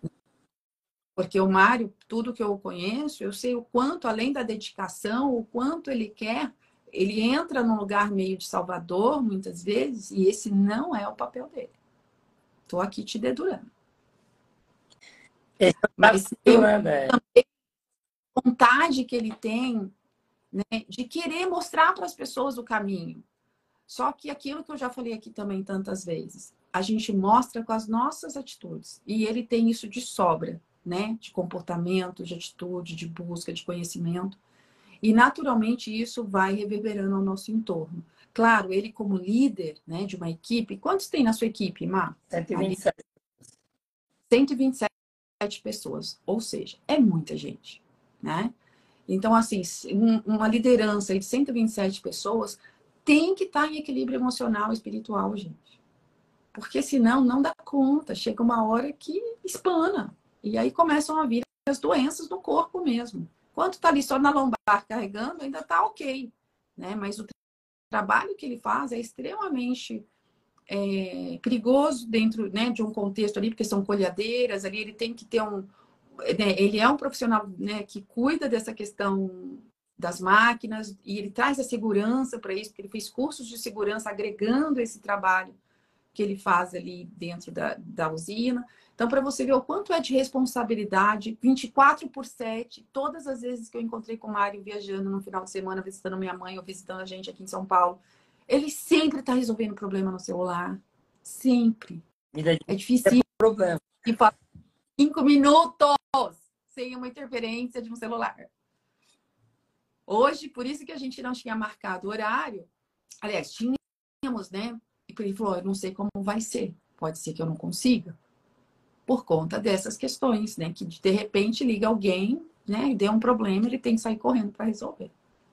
Porque o Mário, tudo que eu conheço, eu sei o quanto, além da dedicação, o quanto ele quer, ele entra num lugar meio de salvador, muitas vezes, e esse não é o papel dele. Estou aqui te dedurando. Esse é o Mas desafio, eu né, também, a vontade que ele tem né? De querer mostrar para as pessoas o caminho. Só que aquilo que eu já falei aqui também tantas vezes, a gente mostra com as nossas atitudes. E ele tem isso de sobra, né? De comportamento, de atitude, de busca, de conhecimento. E naturalmente isso vai reverberando ao nosso entorno. Claro, ele como líder, né, de uma equipe, quantos tem na sua equipe, Mar? 127. 127 pessoas, ou seja, é muita gente, né? Então, assim, uma liderança de 127 pessoas tem que estar em equilíbrio emocional e espiritual, gente. Porque senão não dá conta. Chega uma hora que espana. E aí começam a vir as doenças do corpo mesmo. Quanto está ali só na lombar carregando, ainda está ok. Né? Mas o trabalho que ele faz é extremamente perigoso dentro, né, de um contexto ali, porque são colhadeiras ali, ele tem que ter ele é um profissional, né, que cuida dessa questão das máquinas e ele traz a segurança para isso, porque ele fez cursos de segurança agregando esse trabalho que ele faz ali dentro da usina. Então, para você ver o quanto é de responsabilidade, 24/7, todas as vezes que eu encontrei com o Mário viajando no final de semana, visitando minha mãe ou visitando a gente aqui em São Paulo, ele sempre está resolvendo problema no celular. Sempre. É difícil. Problema. E 5 minutos sem uma interferência de um celular. Hoje, por isso que a gente não tinha marcado o horário. Aliás, tínhamos, né? E ele falou, eu não sei como vai ser. Pode ser que eu não consiga. Por conta dessas questões, né? Que de repente liga alguém, né? E deu um problema, ele tem que sair correndo para resolver.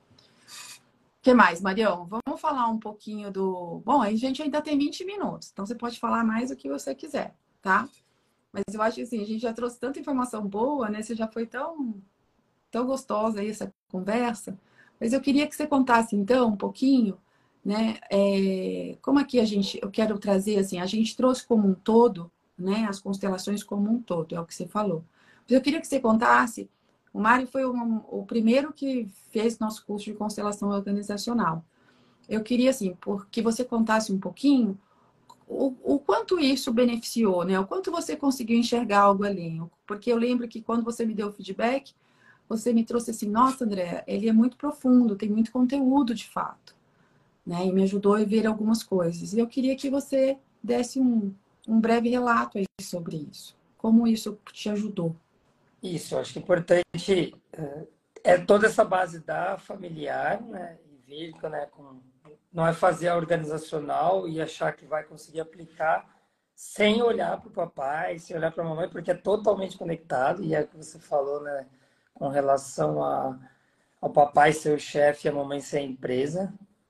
O que mais, Marião? Vamos falar um pouquinho do... Bom, a gente ainda tem 20 minutos, então você pode falar mais o que você quiser, tá? Mas eu acho que assim, a gente já trouxe tanta informação boa, né? Você já foi tão gostosa aí essa conversa. Mas eu queria que você contasse, então, um pouquinho, né? Como aqui eu quero trazer, assim, a gente trouxe como um todo, né? As constelações como um todo, é o que você falou. Mas eu queria que você contasse, o Mário foi o primeiro que fez nosso curso de constelação organizacional. Eu queria, assim, que você contasse um pouquinho o quanto isso beneficiou, né? O quanto você conseguiu enxergar algo ali. Porque eu lembro que quando você me deu o feedback, você me trouxe assim, nossa, André, ele é muito profundo, tem muito conteúdo de fato, né? E me ajudou a ver algumas coisas. E eu queria que você desse um breve relato aí sobre isso. Como isso te ajudou? Isso, eu acho que é importante é toda essa base da familiar, né, e vírica, né, não é fazer a organizacional e achar que vai conseguir aplicar sem olhar para o papai, sem olhar para a mamãe, porque é totalmente conectado, e é o que você falou, né, com relação ao papai ser o chefe e a mamãe ser a empresa.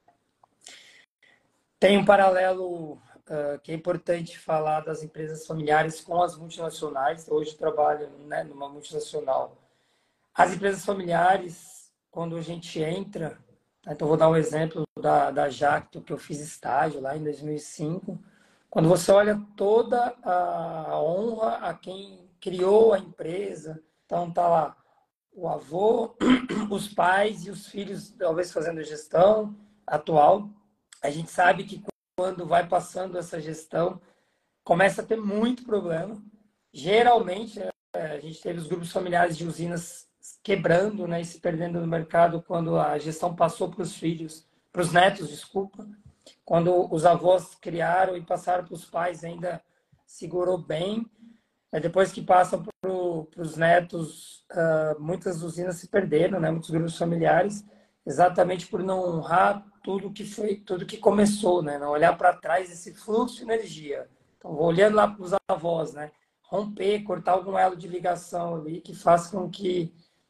Tem um paralelo que é importante falar das empresas familiares com as multinacionais. Hoje eu trabalho, né, numa multinacional. As empresas familiares, quando a gente entra, então vou dar um exemplo da Jacto, que eu fiz estágio lá em 2005. Quando você olha toda a honra a quem criou a empresa, então tá lá o avô, os pais e os filhos, talvez fazendo a gestão atual. A gente sabe que quando vai passando essa gestão, começa a ter muito problema. Geralmente, a gente teve os grupos familiares de usinas quebrando, né, e se perdendo no mercado quando a gestão passou para os filhos, para os netos, desculpa. Quando os avós criaram e passaram para os pais, ainda segurou bem. Depois que passam para os netos, muitas usinas se perderam, né, muitos grupos familiares, exatamente por não honrar tudo que foi, tudo que começou, né, não olhar para trás esse fluxo de energia. Então, vou olhando lá para os avós, né, romper, cortar algum elo de ligação ali que faça com que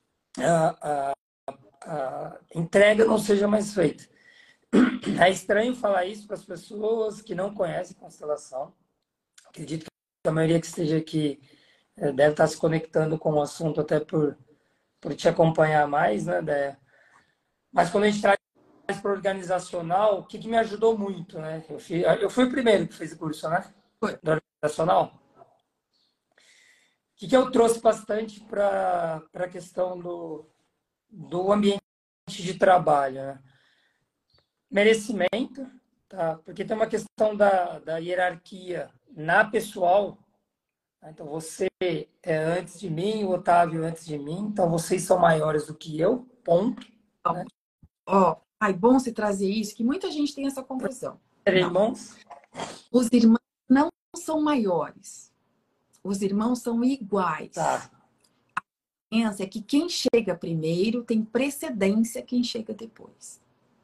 a entrega não seja mais feita. É estranho falar isso para as pessoas que não conhecem constelação. Acredito que a maioria que esteja aqui deve estar se conectando com o assunto até por te acompanhar mais, né, Déia? Mas quando a gente traz para o organizacional, o que me ajudou muito, né? Eu fui o primeiro que fez o curso, né? Foi. Do organizacional. O que eu trouxe bastante para a questão do ambiente de trabalho, né? Merecimento, tá? Porque tem uma questão da hierarquia na pessoal. Então, você é antes de mim, o Otávio antes de mim, então vocês são maiores do que eu, ponto. Né? Ó, ai, bom você trazer isso, que muita gente tem essa confusão. Não, Irmãos? os irmãos não são maiores. Os irmãos são iguais. Tá. A diferença é que quem chega primeiro tem precedência a quem chega depois.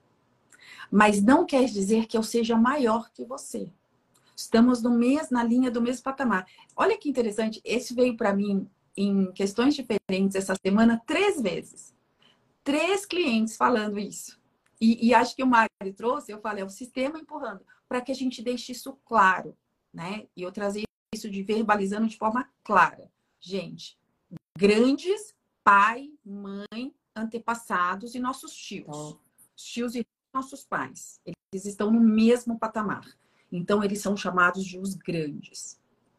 Mas não quer dizer que eu seja maior que você. Estamos na linha do mesmo patamar. Olha que interessante, esse veio para mim em questões diferentes essa semana 3 vezes. 3 clientes falando isso. E acho que o Mário trouxe, eu falei, é o sistema empurrando, para que a gente deixe isso claro, né? E eu trazer isso de verbalizando de forma clara. Gente, grandes, pai, mãe, antepassados e nossos tios. Então, Os tios e nossos pais. Eles estão no mesmo patamar. Então, eles são chamados de os grandes,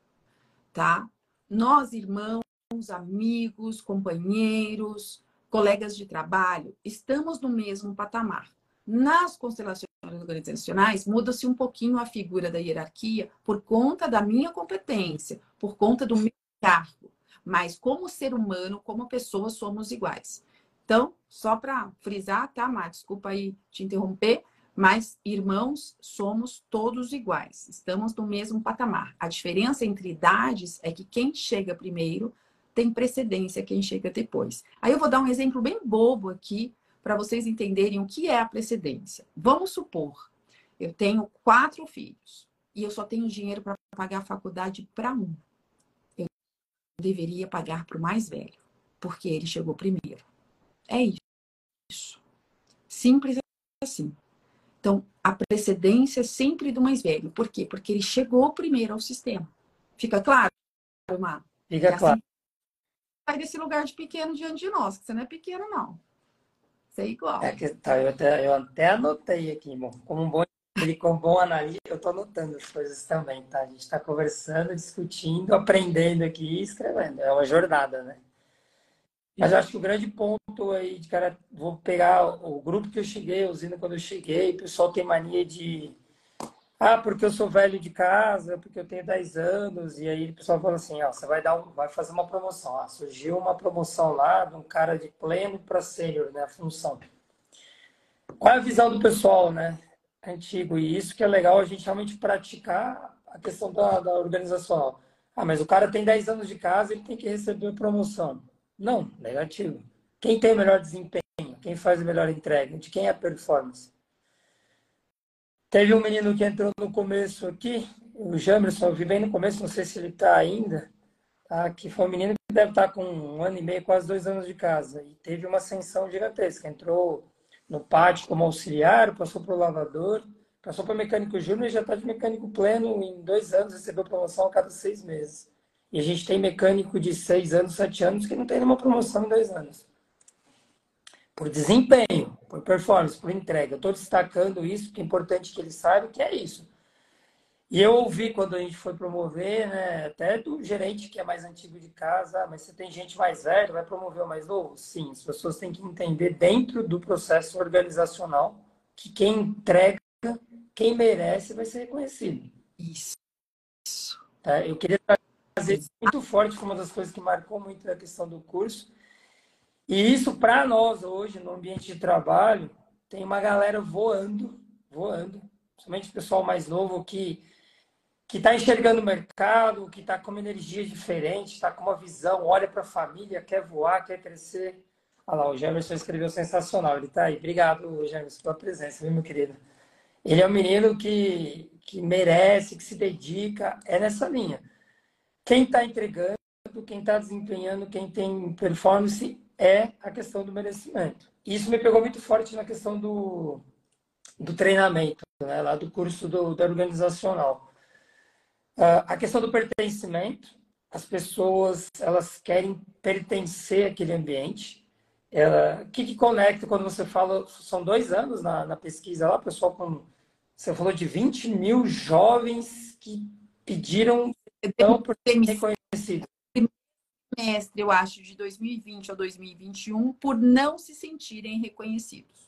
tá? Nós, irmãos, amigos, companheiros, colegas de trabalho, estamos no mesmo patamar. Nas constelações organizacionais, muda-se um pouquinho a figura da hierarquia por conta da minha competência, por conta do meu cargo. Mas como ser humano, como pessoa, somos iguais. Então, só para frisar, tá, Má? Desculpa aí te interromper, mas irmãos, somos todos iguais. Estamos no mesmo patamar. A diferença entre idades é que quem chega primeiro tem precedência a quem chega depois. Aí eu vou dar um exemplo bem bobo aqui para vocês entenderem o que é a precedência. Vamos supor, eu tenho 4 filhos e eu só tenho dinheiro para pagar a faculdade para um. Eu deveria pagar para o mais velho, porque ele chegou primeiro. É isso. Simples assim. Então, a precedência é sempre do mais velho. Por quê? Porque ele chegou primeiro ao sistema. Fica claro, Mar? Que fica assim claro. sai desse lugar de pequeno diante de nós, que você não é pequeno, não. Você é igual. Tá, eu até anotei aqui, bom, como bom analista, eu estou anotando as coisas também, tá? A gente está conversando, discutindo, aprendendo aqui e escrevendo. É uma jornada, né? Mas eu acho que o grande ponto aí, de cara, vou pegar o grupo que eu cheguei, a usina quando eu cheguei, o pessoal tem mania de porque eu sou velho de casa, porque eu tenho 10 anos, e aí o pessoal fala assim, ó, você vai fazer uma promoção. Surgiu uma promoção lá de um cara de pleno para sênior, né, a função. Qual é a visão do pessoal, né, antigo? E isso que é legal a gente realmente praticar a questão da organizacional. Mas o cara tem 10 anos de casa, ele tem que receber promoção. Não, negativo. Quem tem o melhor desempenho? Quem faz a melhor entrega? De quem é a performance? Teve um menino que entrou no começo aqui, o Jamerson, eu vi bem no começo, não sei se ele está ainda, tá? Que foi um menino que deve estar com 1 ano e meio, quase 2 anos de casa. E teve uma ascensão gigantesca. Entrou no pátio como auxiliar, passou para o lavador, passou para mecânico júnior e já está de mecânico pleno. Em 2 anos recebeu promoção a cada 6 meses. E a gente tem mecânico de 6 anos, 7 anos que não tem nenhuma promoção em 2 anos. Por desempenho, por performance, por entrega. Eu estou destacando isso, porque é importante que ele saiba que é isso. E eu ouvi quando a gente foi promover, né, até do gerente que é mais antigo de casa, mas você tem gente mais velha, vai promover o mais novo? Sim, as pessoas têm que entender dentro do processo organizacional que quem entrega, quem merece, vai ser reconhecido. Isso. Tá? Eu queria trazer isso muito forte, foi uma das coisas que marcou muito a questão do curso. E isso, para nós hoje, no ambiente de trabalho, tem uma galera voando, principalmente o pessoal mais novo que está enxergando o mercado, que está com uma energia diferente, está com uma visão, olha para a família, quer voar, quer crescer. Olha lá, o Jamerson escreveu sensacional, ele está aí. Obrigado, Jamerson, pela presença, viu, meu querido? Ele é um menino que merece, que se dedica, é nessa linha. Quem está entregando, quem está desempenhando, quem tem performance, é a questão do merecimento. Isso me pegou muito forte na questão do treinamento, né, lá do curso da organizacional. A questão do pertencimento, as pessoas elas querem pertencer àquele ambiente. O que conecta quando você fala, são 2 anos na pesquisa lá, pessoal, você falou de 20 mil jovens que pediram então por ser reconhecidos. Semestre, eu acho, de 2020 ou 2021, por não se sentirem reconhecidos.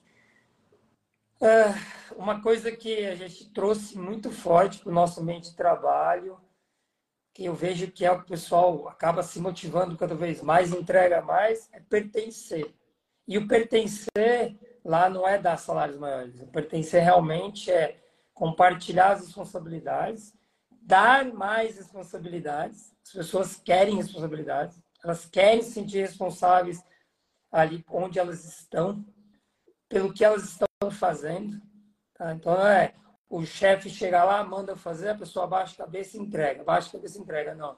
Uma coisa que a gente trouxe muito forte para o nosso ambiente de trabalho, que eu vejo que é o que o pessoal acaba se motivando cada vez mais, entrega mais, é pertencer. E o pertencer lá não é dar salários maiores. O pertencer realmente é compartilhar as responsabilidades, dar mais responsabilidades. As pessoas querem responsabilidades, elas querem se sentir responsáveis ali onde elas estão, pelo que elas estão fazendo. Tá? Então, o chefe chega lá, manda fazer, a pessoa abaixa a cabeça e entrega. Abaixa a cabeça e entrega, não.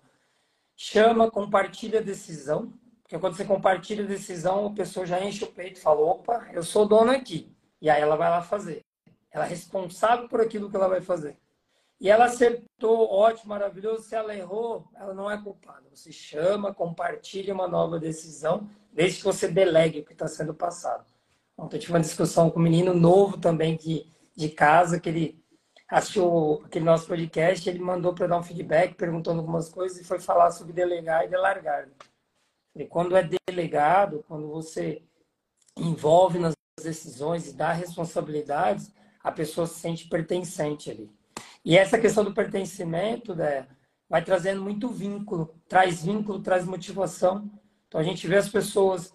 Chama, compartilha a decisão, porque quando você compartilha a decisão, a pessoa já enche o peito e fala, opa, eu sou dono aqui. E aí ela vai lá fazer. Ela é responsável por aquilo que ela vai fazer. E ela acertou, ótimo, maravilhoso. Se ela errou, ela não é culpada. Você chama, compartilha uma nova decisão, desde que você delegue o que está sendo passado. Ontem eu tive uma discussão com um menino novo também de casa, que ele assistiu aquele nosso podcast, ele mandou para dar um feedback, perguntando algumas coisas e foi falar sobre delegar e delargar. E quando é delegado, quando você envolve nas decisões e dá responsabilidades, a pessoa se sente pertencente ali. E essa questão do pertencimento, né, vai trazendo muito vínculo, traz motivação. Então a gente vê as pessoas,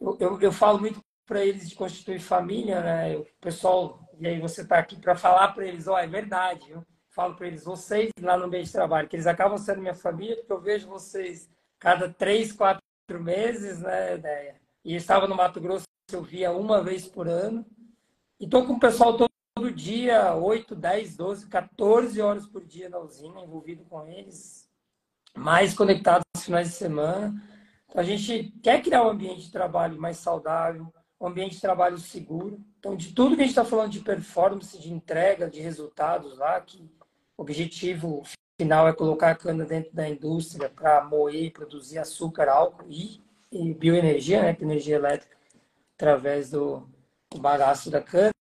eu falo muito para eles de constituir família, né? O pessoal, e aí você está aqui para falar para eles, é verdade, eu falo para eles, vocês lá no meio de trabalho, que eles acabam sendo minha família, porque eu vejo vocês cada 3, 4 meses, né, ideia. E eu estava no Mato Grosso, eu via uma vez por ano, e estou com o pessoal todo dia, 8, 10, 12, 14 horas por dia na usina, envolvido com eles, mais conectados nos finais de semana. Então, a gente quer criar um ambiente de trabalho mais saudável, um ambiente de trabalho seguro. Então, de tudo que a gente está falando de performance, de entrega, de resultados lá, que o objetivo final é colocar a cana dentro da indústria para moer, produzir açúcar, álcool e bioenergia, né, energia elétrica, através do bagaço da cana.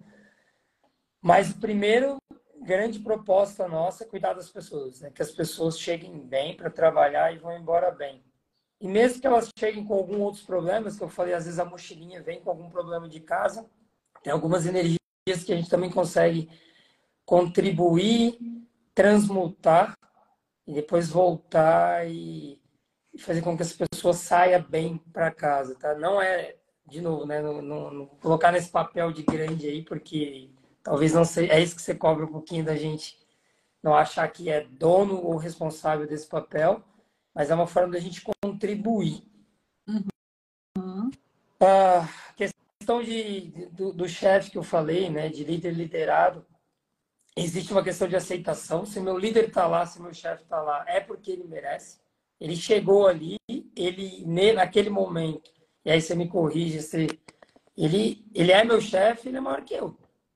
Mas o primeiro grande proposta nossa é cuidar das pessoas, né? Que as pessoas cheguem bem para trabalhar e vão embora bem. E mesmo que elas cheguem com alguns outros problemas, que eu falei, às vezes a mochilinha vem com algum problema de casa, tem algumas energias que a gente também consegue contribuir, transmutar e depois voltar e fazer com que essa pessoa saia bem para casa, tá? Não é, de novo, né? Não colocar nesse papel de grande aí, porque talvez não seja, é isso que você cobra um pouquinho da gente, não achar que é dono ou responsável desse papel, mas é uma forma da gente contribuir. Uhum. A questão do chefe que eu falei, né, de líder liderado, existe uma questão de aceitação. Se meu líder está lá, se meu chefe está lá, é porque ele merece. Ele chegou ali, ele naquele momento, e aí você me corrige, ele é meu chefe, ele é maior que eu.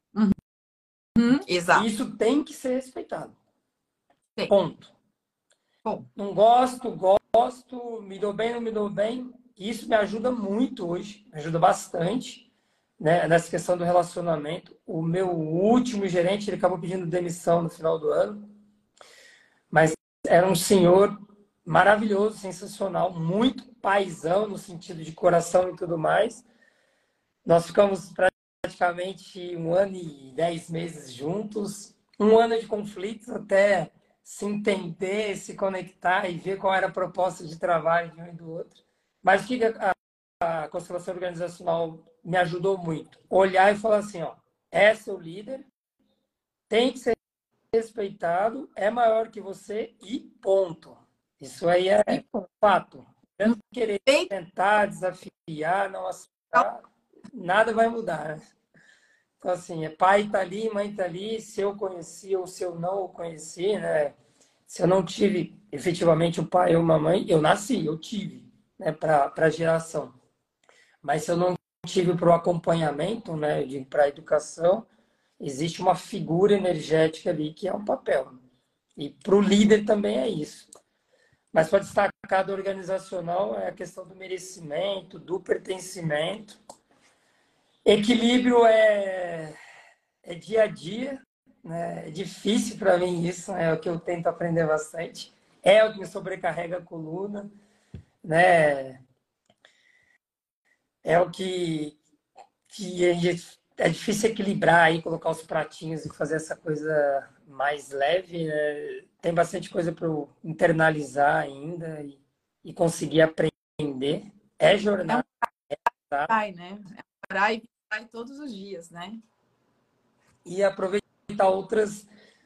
Exato. E isso tem que ser respeitado. Tem. Ponto. Bom. Não gosto, me dou bem, não me dou bem. Isso me ajuda muito hoje, me ajuda bastante, né, nessa questão do relacionamento. O meu último gerente, ele acabou pedindo demissão no final do ano, mas era um senhor maravilhoso, sensacional, muito paizão no sentido de coração e tudo mais. Nós ficamos praticamente 1 ano e 10 meses juntos, 1 ano de conflitos até se entender, se conectar e ver qual era a proposta de trabalho de um e do outro. Mas o que a constelação organizacional me ajudou muito? Olhar e falar assim, é seu líder, tem que ser respeitado, é maior que você e ponto. Isso aí é fato. Tanto querer tentar, desafiar, não aceitar, nada vai mudar. Então, assim, pai está ali, mãe está ali, se eu conheci ou se eu não o conheci, né? Se eu não tive efetivamente um pai ou uma mãe, eu nasci, eu tive, né, para a geração. Mas se eu não tive para o acompanhamento, né, para a educação, existe uma figura energética ali que é um papel. E para o líder também é isso. Mas para destacar do organizacional é a questão do merecimento, do pertencimento. Equilíbrio é dia a dia, né? É difícil para mim isso, né? É o que eu tento aprender bastante. É o que me sobrecarrega a coluna, né? É o que é difícil equilibrar aí, colocar os pratinhos e fazer essa coisa mais leve, né? Tem bastante coisa para eu internalizar ainda e conseguir aprender. É jornada, Vai, né? É parar e todos os dias, né? E aproveitar outras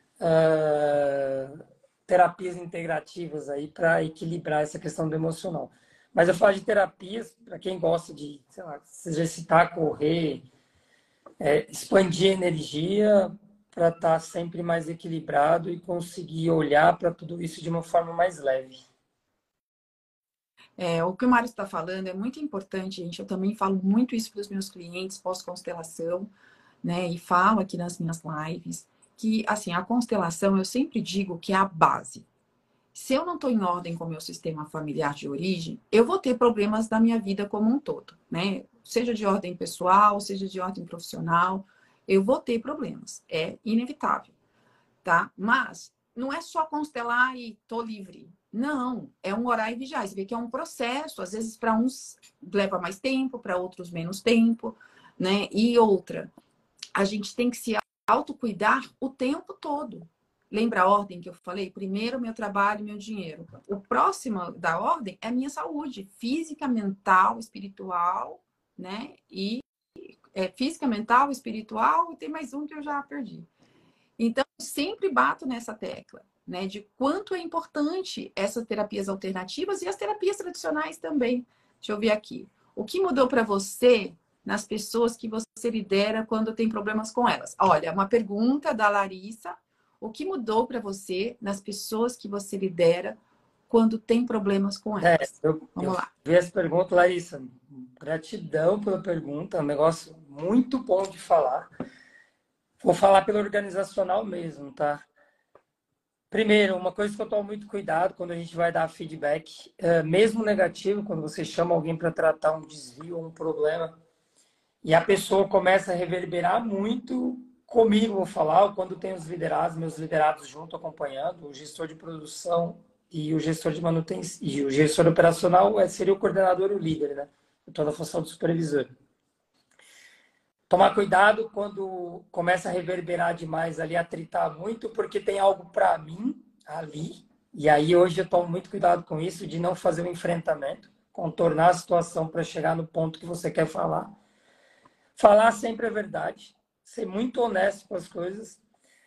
terapias integrativas aí para equilibrar essa questão do emocional. Mas eu falo de terapias para quem gosta de, sei lá, se exercitar, correr, expandir energia para estar sempre mais equilibrado e conseguir olhar para tudo isso de uma forma mais leve. O que o Mário está falando é muito importante, gente. Eu também falo muito isso para os meus clientes pós-constelação, né? E falo aqui nas minhas lives que, assim, a constelação eu sempre digo que é a base. Se eu não estou em ordem com o meu sistema familiar de origem, eu vou ter problemas na minha vida como um todo, né? Seja de ordem pessoal, seja de ordem profissional, eu vou ter problemas. É inevitável, tá? Mas não é só constelar e tô livre. Não, é um orar e vigiar. Você vê que é um processo, às vezes para uns leva mais tempo, para outros menos tempo, né? E outra, a gente tem que se autocuidar o tempo todo. Lembra a ordem que eu falei? Primeiro, meu trabalho, meu dinheiro. O próximo da ordem é minha saúde física, mental, espiritual, né? E física, mental, espiritual, e tem mais um que eu já perdi. Então, sempre bato nessa tecla, né? De quanto é importante essas terapias alternativas e as terapias tradicionais também. Deixa eu ver aqui. O que mudou para você nas pessoas que você lidera quando tem problemas com elas? Olha, uma pergunta da Larissa. O que mudou para você nas pessoas que você lidera quando tem problemas com elas? Vamos lá. Vi essa pergunta, Larissa. Gratidão pela pergunta. É um negócio muito bom de falar. Vou falar pelo organizacional mesmo, tá? Primeiro, uma coisa que eu tomo muito cuidado quando a gente vai dar feedback, mesmo negativo, quando você chama alguém para tratar um desvio ou um problema, e a pessoa começa a reverberar muito comigo, vou falar, ou quando tem os liderados, meus liderados junto acompanhando, o gestor de produção e o gestor de manutenção, e o gestor operacional seria o coordenador e o líder, né? Toda a função do supervisor. Tomar cuidado quando começa a reverberar demais ali, atritar muito, porque tem algo para mim ali. E aí hoje eu tomo muito cuidado com isso, de não fazer um enfrentamento, contornar a situação para chegar no ponto que você quer falar. Falar sempre a verdade, ser muito honesto com as coisas.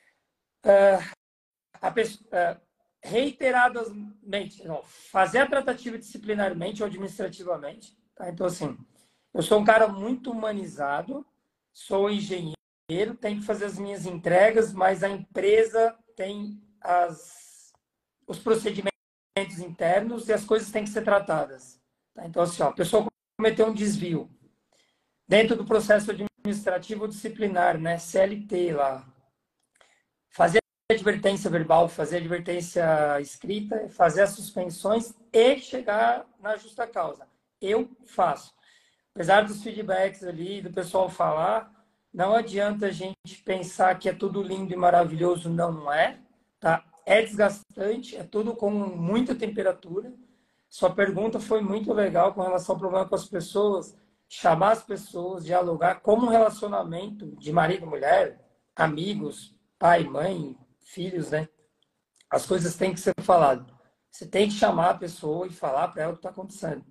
Reiteradamente, não, fazer a tratativa disciplinarmente ou administrativamente. Tá? Então, assim, eu sou um cara muito humanizado, sou engenheiro, tenho que fazer as minhas entregas, mas a empresa tem os procedimentos internos e as coisas têm que ser tratadas. Tá? Então, assim, a pessoa cometeu um desvio dentro do processo administrativo disciplinar, né? CLT lá. Fazer a advertência verbal, fazer a advertência escrita, fazer as suspensões e chegar na justa causa. Eu faço. Apesar dos feedbacks ali, do pessoal falar, não adianta a gente pensar que é tudo lindo e maravilhoso, não é. Tá? É desgastante, é tudo com muita temperatura. Sua pergunta foi muito legal com relação ao problema com as pessoas, chamar as pessoas, dialogar como um relacionamento de marido e mulher, amigos, pai, mãe, filhos, né? As coisas têm que ser faladas. Você tem que chamar a pessoa e falar para ela o que está acontecendo.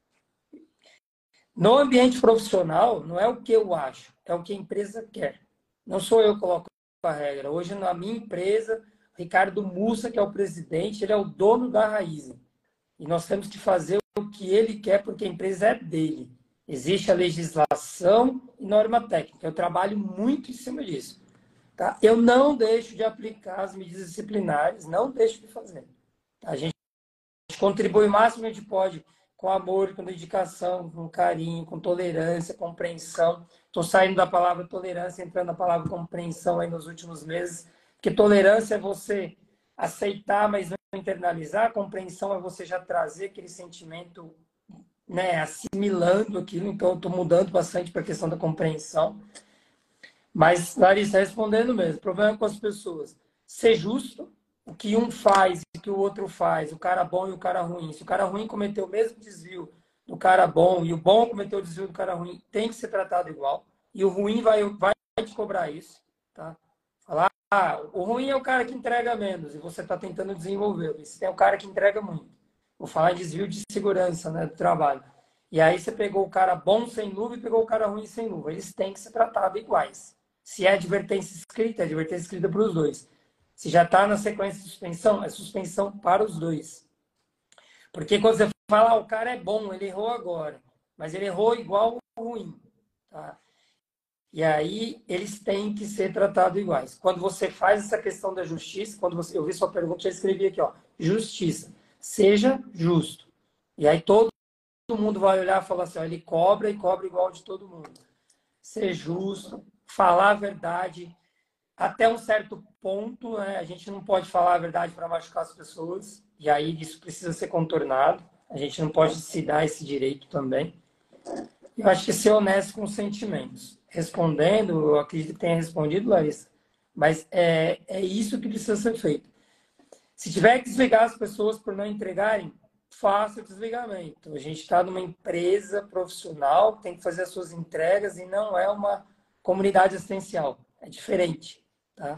No ambiente profissional, não é o que eu acho, é o que a empresa quer. Não sou eu que coloco a regra. Hoje, na minha empresa, Ricardo Mussa, que é o presidente, ele é o dono da Raizen. E nós temos que fazer o que ele quer, porque a empresa é dele. Existe a legislação e norma técnica. Eu trabalho muito em cima disso. Tá? Eu não deixo de aplicar as medidas disciplinares, não deixo de fazer. A gente contribui o máximo que a gente pode com amor, com dedicação, com carinho, com tolerância, compreensão. Estou saindo da palavra tolerância, entrando na palavra compreensão aí nos últimos meses, porque tolerância é você aceitar, mas não internalizar. Compreensão é você já trazer aquele sentimento, né, assimilando aquilo. Então, eu estou mudando bastante para a questão da compreensão. Mas, Larissa, respondendo mesmo, o problema com as pessoas, ser justo, o que um faz e o que o outro faz, o cara bom e o cara ruim. Se o cara ruim cometeu o mesmo desvio do cara bom e o bom cometeu o desvio do cara ruim, tem que ser tratado igual. E o ruim vai te cobrar isso. Tá? Falar, o ruim é o cara que entrega menos e você está tentando desenvolvê-lo. E você tem o cara que entrega muito. Vou falar em desvio de segurança, né, do trabalho. E aí você pegou o cara bom sem luva e pegou o cara ruim sem luva. Eles têm que ser tratados iguais. Se é advertência escrita, é advertência escrita para os dois. Se já está na sequência de suspensão, é suspensão para os dois. Porque quando você fala, o cara é bom, ele errou agora, mas ele errou igual o ruim. Tá? E aí eles têm que ser tratados iguais. Quando você faz essa questão da justiça, eu vi sua pergunta, já escrevi aqui, ó, justiça. Seja justo. E aí todo mundo vai olhar e falar assim, ó, ele cobra e cobra igual de todo mundo. Ser justo, falar a verdade, até um certo ponto, né? A gente não pode falar a verdade para machucar as pessoas, e aí isso precisa ser contornado. A gente não pode se dar esse direito também. Eu acho que ser honesto com os sentimentos. Respondendo, eu acredito que tenha respondido, Larissa, mas é isso que precisa ser feito. Se tiver que desligar as pessoas por não entregarem, faça o desligamento. A gente está numa empresa profissional, tem que fazer as suas entregas e não é uma comunidade assistencial. É diferente, tá?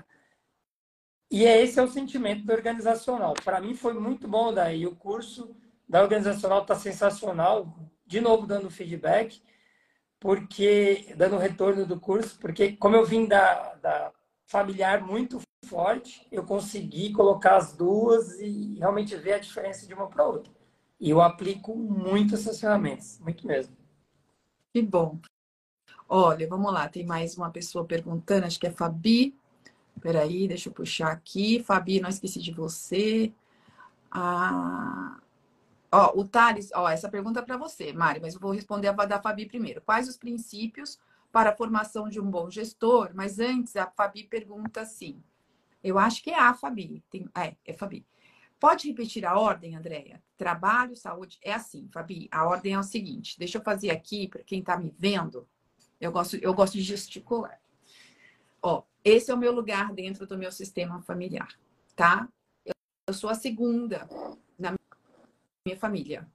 E esse é o sentimento do organizacional. Para mim foi muito bom daí. O curso da organizacional está sensacional. De novo, dando feedback, porque dando retorno do curso, porque como eu vim da familiar muito forte, eu consegui colocar as duas e realmente ver a diferença de uma para outra. E eu aplico muito essas ferramentas, muito mesmo. Que bom. Olha, vamos lá, tem mais uma pessoa perguntando, acho que é Fabi. Peraí, deixa eu puxar aqui. Fabi, não esqueci de você. Ah, ó, o Thales, ó, essa pergunta é para você, Mari, mas eu vou responder a da Fabi primeiro. Quais os princípios para a formação de um bom gestor? Mas antes, a Fabi pergunta assim. Eu acho que é a Fabi. É Fabi. Pode repetir a ordem, Andréia? Trabalho, saúde. É assim, Fabi. A ordem é o seguinte. Deixa eu fazer aqui, para quem está me vendo. Eu gosto de gesticular. Ó, esse é o meu lugar dentro do meu sistema familiar, tá? Eu sou a segunda na minha família.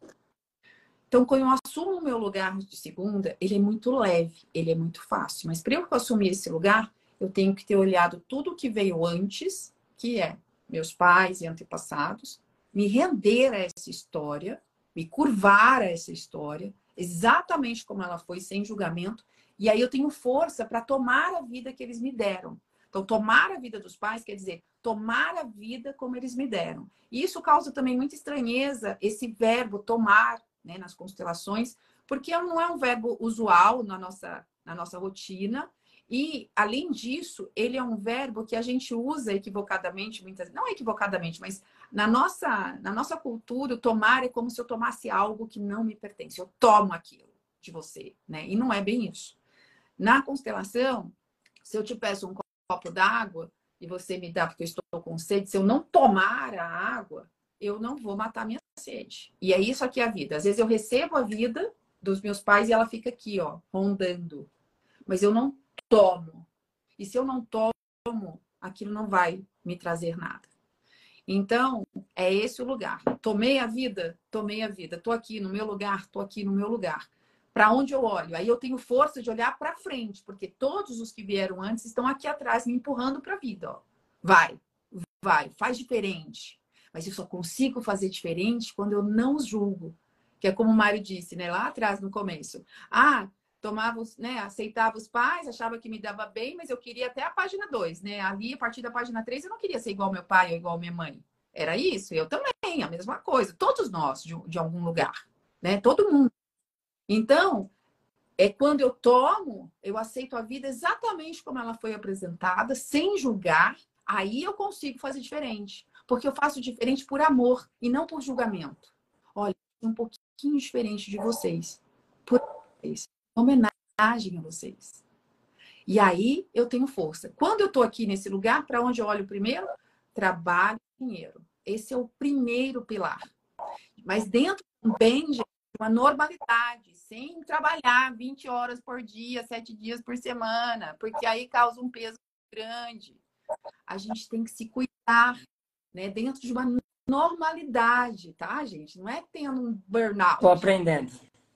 Então, quando eu assumo o meu lugar de segunda, ele é muito leve, ele é muito fácil. Mas para eu assumir esse lugar, eu tenho que ter olhado tudo que veio antes, que é meus pais e antepassados, me render a essa história, me curvar a essa história, exatamente como ela foi, sem julgamento. E aí eu tenho força para tomar a vida que eles me deram. Então, tomar a vida dos pais quer dizer tomar a vida como eles me deram. E isso causa também muita estranheza, esse verbo tomar, né, nas constelações, porque não é um verbo usual na nossa rotina. E, além disso, ele é um verbo que a gente usa equivocadamente, muitas não equivocadamente, mas na nossa cultura, o tomar é como se eu tomasse algo que não me pertence. Eu tomo aquilo de você, né? E não é bem isso. Na constelação, se eu te peço um copo d'água e você me dá porque eu estou com sede, se eu não tomar a água, eu não vou matar minha sede. E é isso aqui a vida. Às vezes eu recebo a vida dos meus pais e ela fica aqui, ó, rondando. Mas eu não tomo. E se eu não tomo, aquilo não vai me trazer nada. Então, é esse o lugar. Tomei a vida, tomei a vida. Tô aqui no meu lugar, tô aqui no meu lugar. Para onde eu olho? Aí eu tenho força de olhar para frente, porque todos os que vieram antes estão aqui atrás me empurrando para a vida, ó. Vai, vai, faz diferente. Mas eu só consigo fazer diferente quando eu não os julgo. Que é como o Mário disse, né, lá atrás no começo. Ah, tomava, né, aceitava os pais, achava que me dava bem, mas eu queria até a página 2, né? Ali, a partir da página 3, eu não queria ser igual meu pai ou igual minha mãe. Era isso, eu também, a mesma coisa. Todos nós, de algum lugar, né? Todo mundo. Então, é quando eu tomo, eu aceito a vida exatamente como ela foi apresentada, sem julgar, aí eu consigo fazer diferente. Porque eu faço diferente por amor e não por julgamento. Olha, um pouquinho diferente de vocês. Por vocês. Homenagem a vocês. E aí eu tenho força. Quando eu estou aqui nesse lugar, para onde eu olho primeiro? Trabalho e dinheiro. Esse é o primeiro pilar. Mas dentro também, gente, uma normalidade, sem trabalhar 20 horas por dia, 7 dias por semana, porque aí causa um peso grande. A gente tem que se cuidar, né, dentro de uma normalidade, tá, gente? Não é tendo um burnout. Estou aprendendo.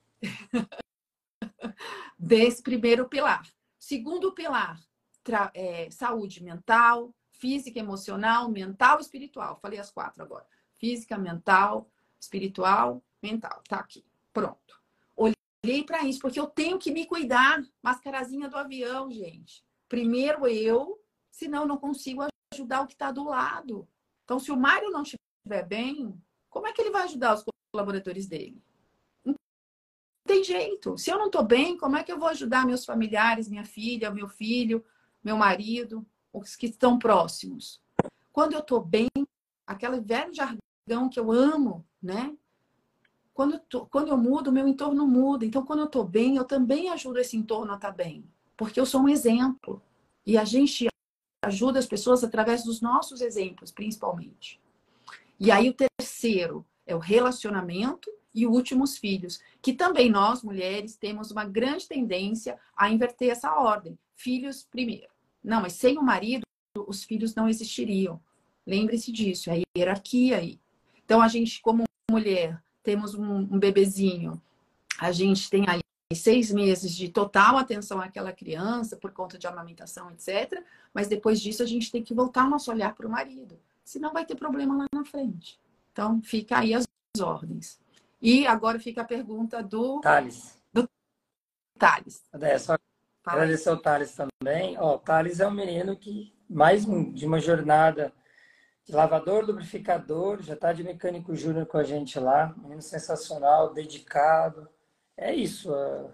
Desse primeiro pilar. Segundo pilar, saúde mental, física, emocional, mental e espiritual. Falei as 4 agora. Física, mental, espiritual, mental. Tá aqui. Pronto. para isso, porque eu tenho que me cuidar. Mascarazinha do avião, gente. Primeiro eu, senão eu não consigo ajudar o que está do lado. Então, se o Mário não estiver bem, como é que ele vai ajudar os colaboradores dele? Não tem jeito. Se eu não estou bem, como é que eu vou ajudar meus familiares, minha filha, meu filho, meu marido, os que estão próximos? Quando eu estou bem, aquele velho jargão que eu amo, né? Quando eu mudo, meu entorno muda. Então, quando eu estou bem, eu também ajudo esse entorno a estar bem. Porque eu sou um exemplo. E a gente ajuda as pessoas através dos nossos exemplos, principalmente. E aí o terceiro é o relacionamento e o último, os filhos. Que também nós, mulheres, temos uma grande tendência a inverter essa ordem. Filhos primeiro. Não, mas sem o marido, os filhos não existiriam. Lembre-se disso, é a hierarquia aí. Então, a gente, como mulher, temos um bebezinho, a gente tem aí 6 meses de total atenção àquela criança por conta de amamentação, etc. Mas depois disso a gente tem que voltar o nosso olhar para o marido. Senão vai ter problema lá na frente. Então, fica aí as ordens. E agora fica a pergunta do Thales. Thales. É só agradecer ao Thales também. Ó, o Thales é um menino que, de uma jornada de lavador, lubrificador, já está de mecânico júnior com a gente lá. Menino sensacional, dedicado. É isso.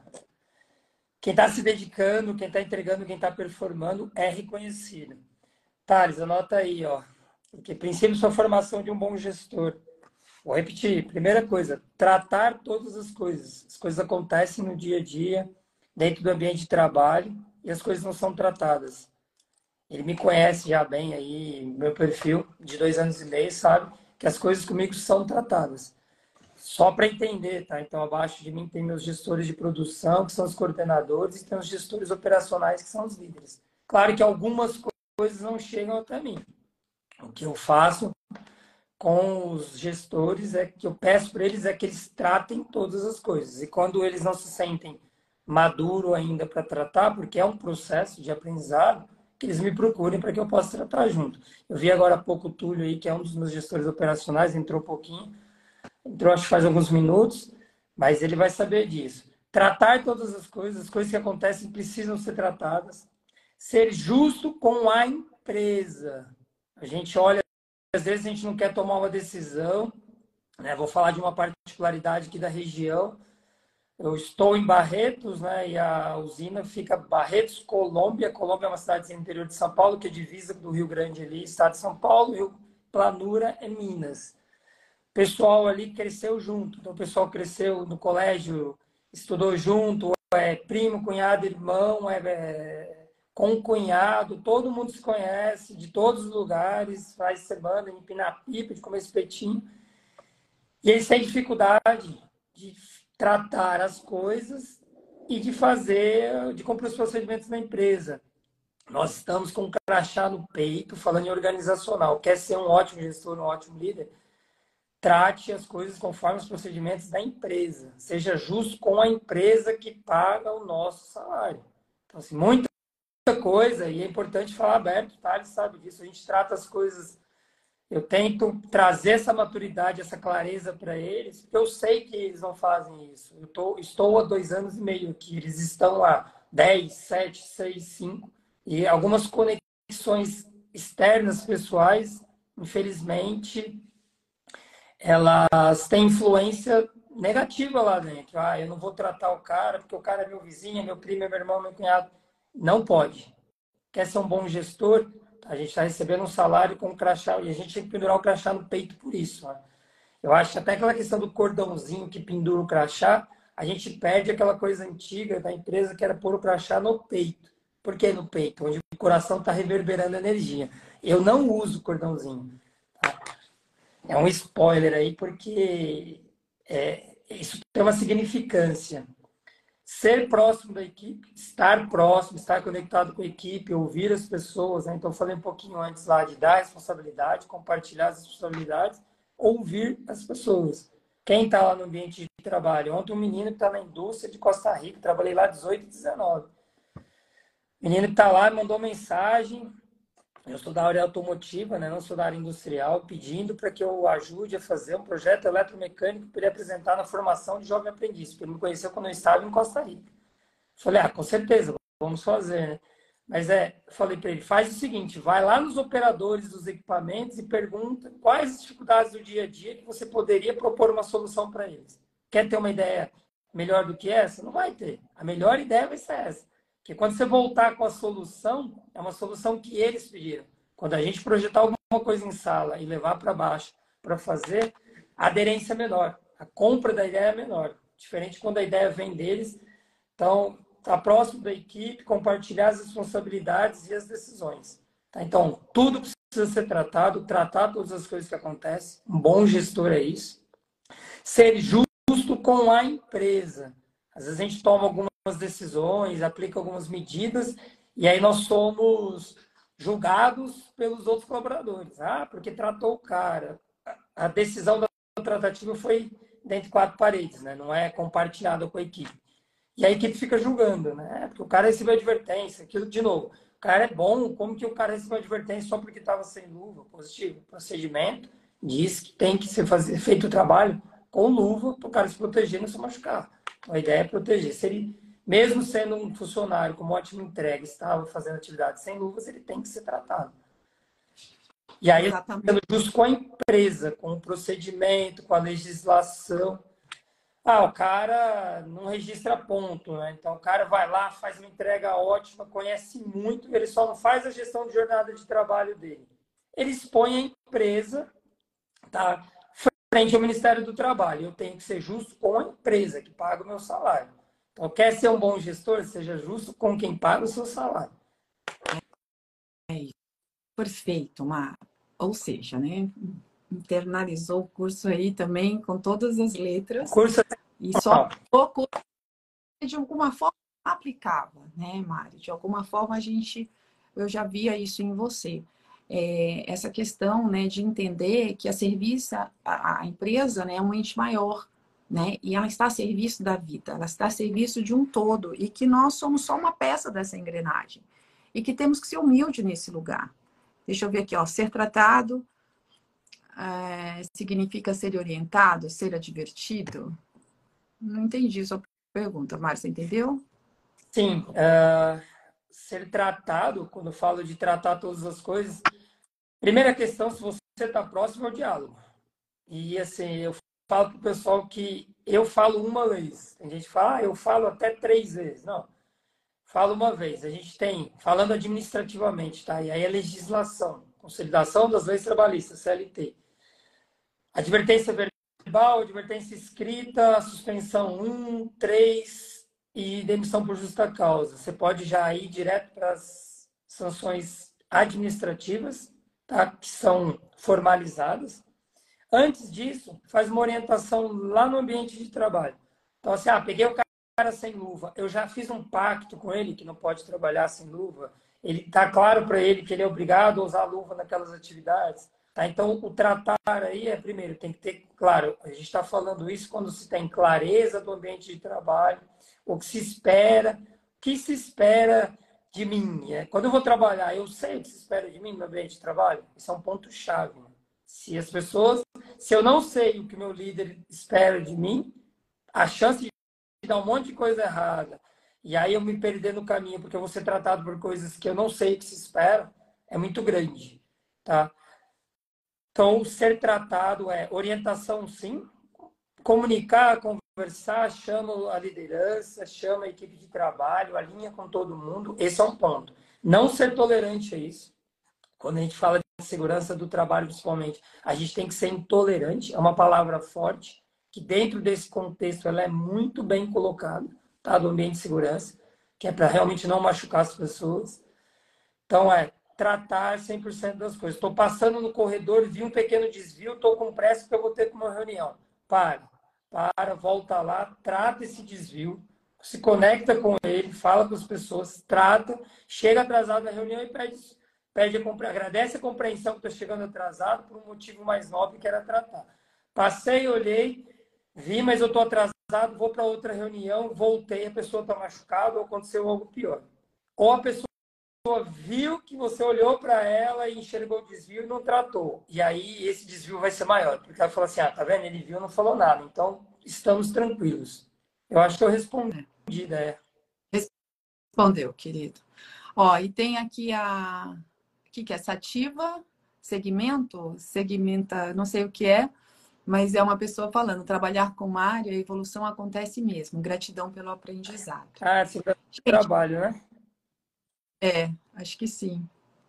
Quem está se dedicando, quem está entregando, quem está performando é reconhecido. Thales, anota aí, ó. Porque princípio sua formação de um bom gestor. Vou repetir. Primeira coisa, tratar todas as coisas. As coisas acontecem no dia a dia, dentro do ambiente de trabalho, e as coisas não são tratadas. Ele me conhece já bem aí, meu perfil de 2 anos e meio, sabe que as coisas comigo são tratadas. Só para entender, tá? Então, abaixo de mim tem meus gestores de produção, que são os coordenadores, e tem os gestores operacionais, que são os líderes. Claro que algumas coisas não chegam até mim. O que eu faço com os gestores é que eu peço para eles é que eles tratem todas as coisas. E quando eles não se sentem maduro ainda para tratar, porque é um processo de aprendizado, que eles me procurem para que eu possa tratar junto. Eu vi agora há pouco o Túlio aí, que é um dos meus gestores operacionais, entrou um pouquinho, entrou acho que faz alguns minutos, mas ele vai saber disso. Tratar todas as coisas que acontecem precisam ser tratadas. Ser justo com a empresa. A gente olha, às vezes a gente não quer tomar uma decisão, né? Vou falar de uma particularidade aqui da região. Eu estou em Barretos, né? E a usina fica Barretos, Colômbia. Colômbia é uma cidade do interior de São Paulo, que é divisa do Rio Grande ali, estado de São Paulo, Rio Planura é Minas. O pessoal ali cresceu junto. Então, o pessoal cresceu no colégio, estudou junto, é primo, cunhado, irmão, concunhado, todo mundo se conhece, de todos os lugares, faz semana, empina pipa, de comer espetinho. E eles têm dificuldade de tratar as coisas e de cumprir os procedimentos da empresa. Nós estamos com um crachá no peito, falando em organizacional. Quer ser um ótimo gestor, um ótimo líder? Trate as coisas conforme os procedimentos da empresa. Seja justo com a empresa que paga o nosso salário. Então, assim, muita coisa, e é importante falar aberto, tá? Ele sabe disso. A gente trata as coisas. Eu tento trazer essa maturidade, essa clareza para eles, porque eu sei que eles não fazem isso. Estou há 2 anos e meio aqui, eles estão lá 10, 7, 6, 5, e algumas conexões externas, pessoais, infelizmente, elas têm influência negativa lá dentro. Ah, eu não vou tratar o cara, porque o cara é meu vizinho, é meu primo, é meu irmão, meu cunhado. Não pode. Quer ser um bom gestor? A gente está recebendo um salário com um crachá, e a gente tem que pendurar o crachá no peito por isso. Né? Eu acho que até aquela questão do cordãozinho que pendura o crachá, a gente perde aquela coisa antiga da empresa que era pôr o crachá no peito. Por que no peito? Onde o coração está reverberando energia. Eu não uso cordãozinho. Tá? É um spoiler aí, porque isso tem uma significância. Ser próximo da equipe, estar próximo, estar conectado com a equipe, ouvir as pessoas. Né? Então, eu falei um pouquinho antes lá de dar responsabilidade, compartilhar as responsabilidades, ouvir as pessoas. Quem está lá no ambiente de trabalho? Ontem um menino que está na indústria de Costa Rica, trabalhei lá 18 e 19. O menino que está lá mandou mensagem, Eu sou da área automotiva, né? Não sou da área industrial, pedindo para que eu ajude a fazer um projeto eletromecânico para ele apresentar na formação de jovem aprendiz, porque ele me conheceu quando eu estava em Costa Rica. Falei, com certeza, vamos fazer, né? Mas falei para ele, faz o seguinte, vai lá nos operadores dos equipamentos e pergunta quais as dificuldades do dia a dia que você poderia propor uma solução para eles. Quer ter uma ideia melhor do que essa? Não vai ter. A melhor ideia vai ser essa. Porque quando você voltar com a solução, é uma solução que eles pediram. Quando a gente projetar alguma coisa em sala e levar para baixo para fazer, a aderência é menor. A compra da ideia é menor. Diferente quando a ideia vem deles. Então, estar próximo da equipe, compartilhar as responsabilidades e as decisões. Tá? Então, tudo precisa ser tratado, tratar todas as coisas que acontecem. Um bom gestor é isso. Ser justo com a empresa. Às vezes a gente toma algumas decisões, aplica algumas medidas, e aí nós somos julgados pelos outros colaboradores. Porque tratou o cara. A decisão da tratativa foi dentro de quatro paredes, né? Não é compartilhada com a equipe. E a equipe fica julgando, né? Porque o cara recebeu advertência, aquilo de novo. O cara é bom, como que o cara recebeu advertência só porque estava sem luva? Positivo. O procedimento diz que tem que ser feito o trabalho com luva para o cara se proteger e não se machucar. Então, a ideia é proteger. Se ele, mesmo sendo um funcionário com uma ótima entrega, estava fazendo atividade sem luvas, ele tem que ser tratado. E aí, sendo justo com a empresa, com o procedimento, com a legislação. O cara não registra ponto, né? Então o cara vai lá, faz uma entrega ótima, conhece muito, ele só não faz a gestão de jornada de trabalho dele. Ele expõe a empresa, tá? Frente ao Ministério do Trabalho. Eu tenho que ser justo com a empresa que paga o meu salário. Então, quer ser um bom gestor? Seja justo com quem paga o seu salário. Perfeito, Mar. Ou seja, né? Internalizou o curso aí também com todas as letras. O curso e só pouco de alguma forma aplicava, né, Mari? De alguma forma eu já via isso em você. Essa questão, né, de entender que a empresa, né, é um ente maior, né? E ela está a serviço da vida, ela está a serviço de um todo e que nós somos só uma peça dessa engrenagem e que temos que ser humilde nesse lugar. Deixa eu ver aqui, ó, ser tratado significa ser orientado, ser advertido? Não entendi sua pergunta, Márcia, entendeu? Sim, ser tratado, quando eu falo de tratar todas as coisas, primeira questão, se você está próximo, é o diálogo. E assim, eu falo para o pessoal que eu falo uma vez. Tem gente que fala, eu falo até 3 vezes. Não, falo uma vez. A gente tem, falando administrativamente, tá? E aí a legislação, consolidação das leis trabalhistas, CLT. Advertência verbal, advertência escrita, suspensão 1, 3 e demissão por justa causa. Você pode já ir direto para as sanções administrativas, tá? Que são formalizadas. Antes disso, faz uma orientação lá no ambiente de trabalho. Então, assim, peguei o cara sem luva, eu já fiz um pacto com ele que não pode trabalhar sem luva, ele está claro para ele que ele é obrigado a usar luva naquelas atividades. Tá? Então, o tratar aí primeiro, tem que ter, claro, a gente está falando isso quando se tem clareza do ambiente de trabalho, o que se espera de mim. Quando eu vou trabalhar, eu sei o que se espera de mim no ambiente de trabalho. Isso é um ponto-chave. Né? Se eu não sei o que meu líder espera de mim, a chance de dar um monte de coisa errada e aí eu me perder no caminho porque eu vou ser tratado por coisas que eu não sei o que se espera é muito grande, tá? Então, ser tratado é orientação, sim, comunicar, conversar, chama a liderança, chama a equipe de trabalho, alinha com todo mundo, esse é um ponto. Não ser tolerante a isso. Quando a gente fala de segurança do trabalho, principalmente, a gente tem que ser intolerante, é uma palavra forte, que dentro desse contexto ela é muito bem colocada, tá? Do ambiente de segurança, que é para realmente não machucar as pessoas. Então, tratar 100% das coisas. Estou passando no corredor, vi um pequeno desvio, estou com pressa porque eu vou ter uma reunião. Volta lá, trata esse desvio, se conecta com ele, fala com as pessoas, trata, chega atrasado na reunião e agradece a compreensão que estou chegando atrasado por um motivo mais nobre que era tratar. Passei, olhei, vi, mas eu estou atrasado, vou para outra reunião, voltei, a pessoa está machucada ou aconteceu algo pior. Ou a pessoa viu que você olhou para ela e enxergou o desvio e não tratou. E aí esse desvio vai ser maior. Porque ela falou assim, ah, tá vendo? Ele viu e não falou nada. Então, estamos tranquilos. Eu acho que eu respondi, né? Respondeu, querido. Ó, e tem aqui o que é? Sativa, segmenta, não sei o que é, mas é uma pessoa falando, trabalhar com uma área, a evolução acontece mesmo. Gratidão pelo aprendizado. Ah, sobre Gente, trabalho, né? acho que sim.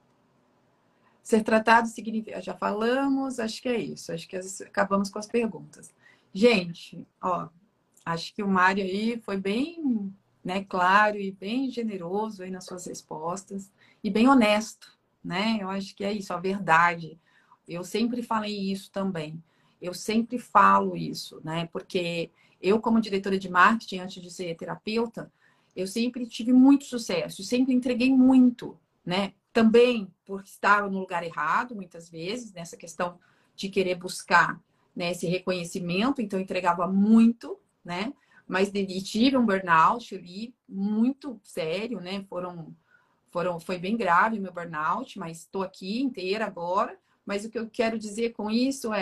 Ser tratado significa, já falamos, acho que é isso. Acho que acabamos com as perguntas. Gente, ó, acho que o Mário aí foi bem, né, claro e bem generoso aí nas suas respostas e bem honesto, né? Eu acho que é isso, a verdade. Eu sempre falei isso também. Eu sempre falo isso, né? Porque eu, como diretora de marketing, antes de ser terapeuta, eu sempre tive muito sucesso, sempre entreguei muito, né? Também por estar no lugar errado, muitas vezes, nessa questão de querer buscar, né, esse reconhecimento, então eu entregava muito, né? Mas tive um burnout ali muito sério, né? Foi bem grave o meu burnout, mas estou aqui inteira agora. Mas o que eu quero dizer com isso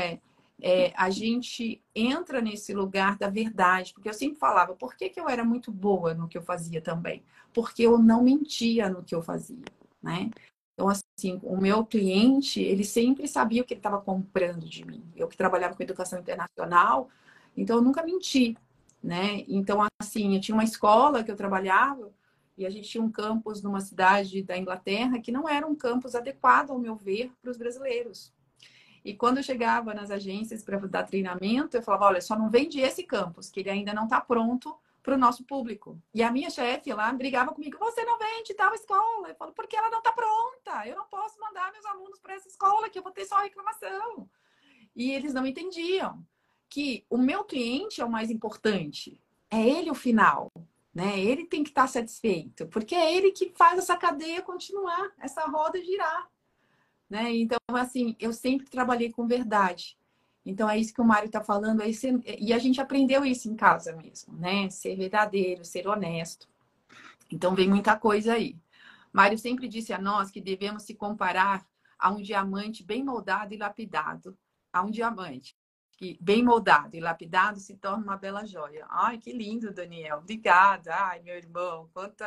a gente entra nesse lugar da verdade, porque eu sempre falava, por que eu era muito boa no que eu fazia também? Porque eu não mentia no que eu fazia, né? Então, assim, o meu cliente, ele sempre sabia o que ele estava comprando de mim. Eu que trabalhava com educação internacional, então eu nunca menti, né? Então, assim, eu tinha uma escola que eu trabalhava e a gente tinha um campus numa cidade da Inglaterra que não era um campus adequado, ao meu ver, para os brasileiros. E quando eu chegava nas agências para dar treinamento, eu falava, olha, só não vende esse campus, que ele ainda não está pronto para o nosso público. E a minha chefe lá brigava comigo, você não vende tal escola. Eu falo, porque ela não está pronta. Eu não posso mandar meus alunos para essa escola, que eu vou ter só reclamação. E eles não entendiam que o meu cliente é o mais importante. É ele o final. Né? Ele tem que estar satisfeito, porque é ele que faz essa cadeia continuar, essa roda girar. Né? Então, assim, eu sempre trabalhei com verdade. Então, é isso que o Mário está falando. E a gente aprendeu isso em casa mesmo, né? Ser verdadeiro, ser honesto. Então, vem muita coisa aí. Mário sempre disse a nós que devemos se comparar a um diamante bem moldado e lapidado. A um diamante que bem moldado e lapidado se torna uma bela joia. Ai, que lindo, Daniel. Obrigada. Ai, meu irmão,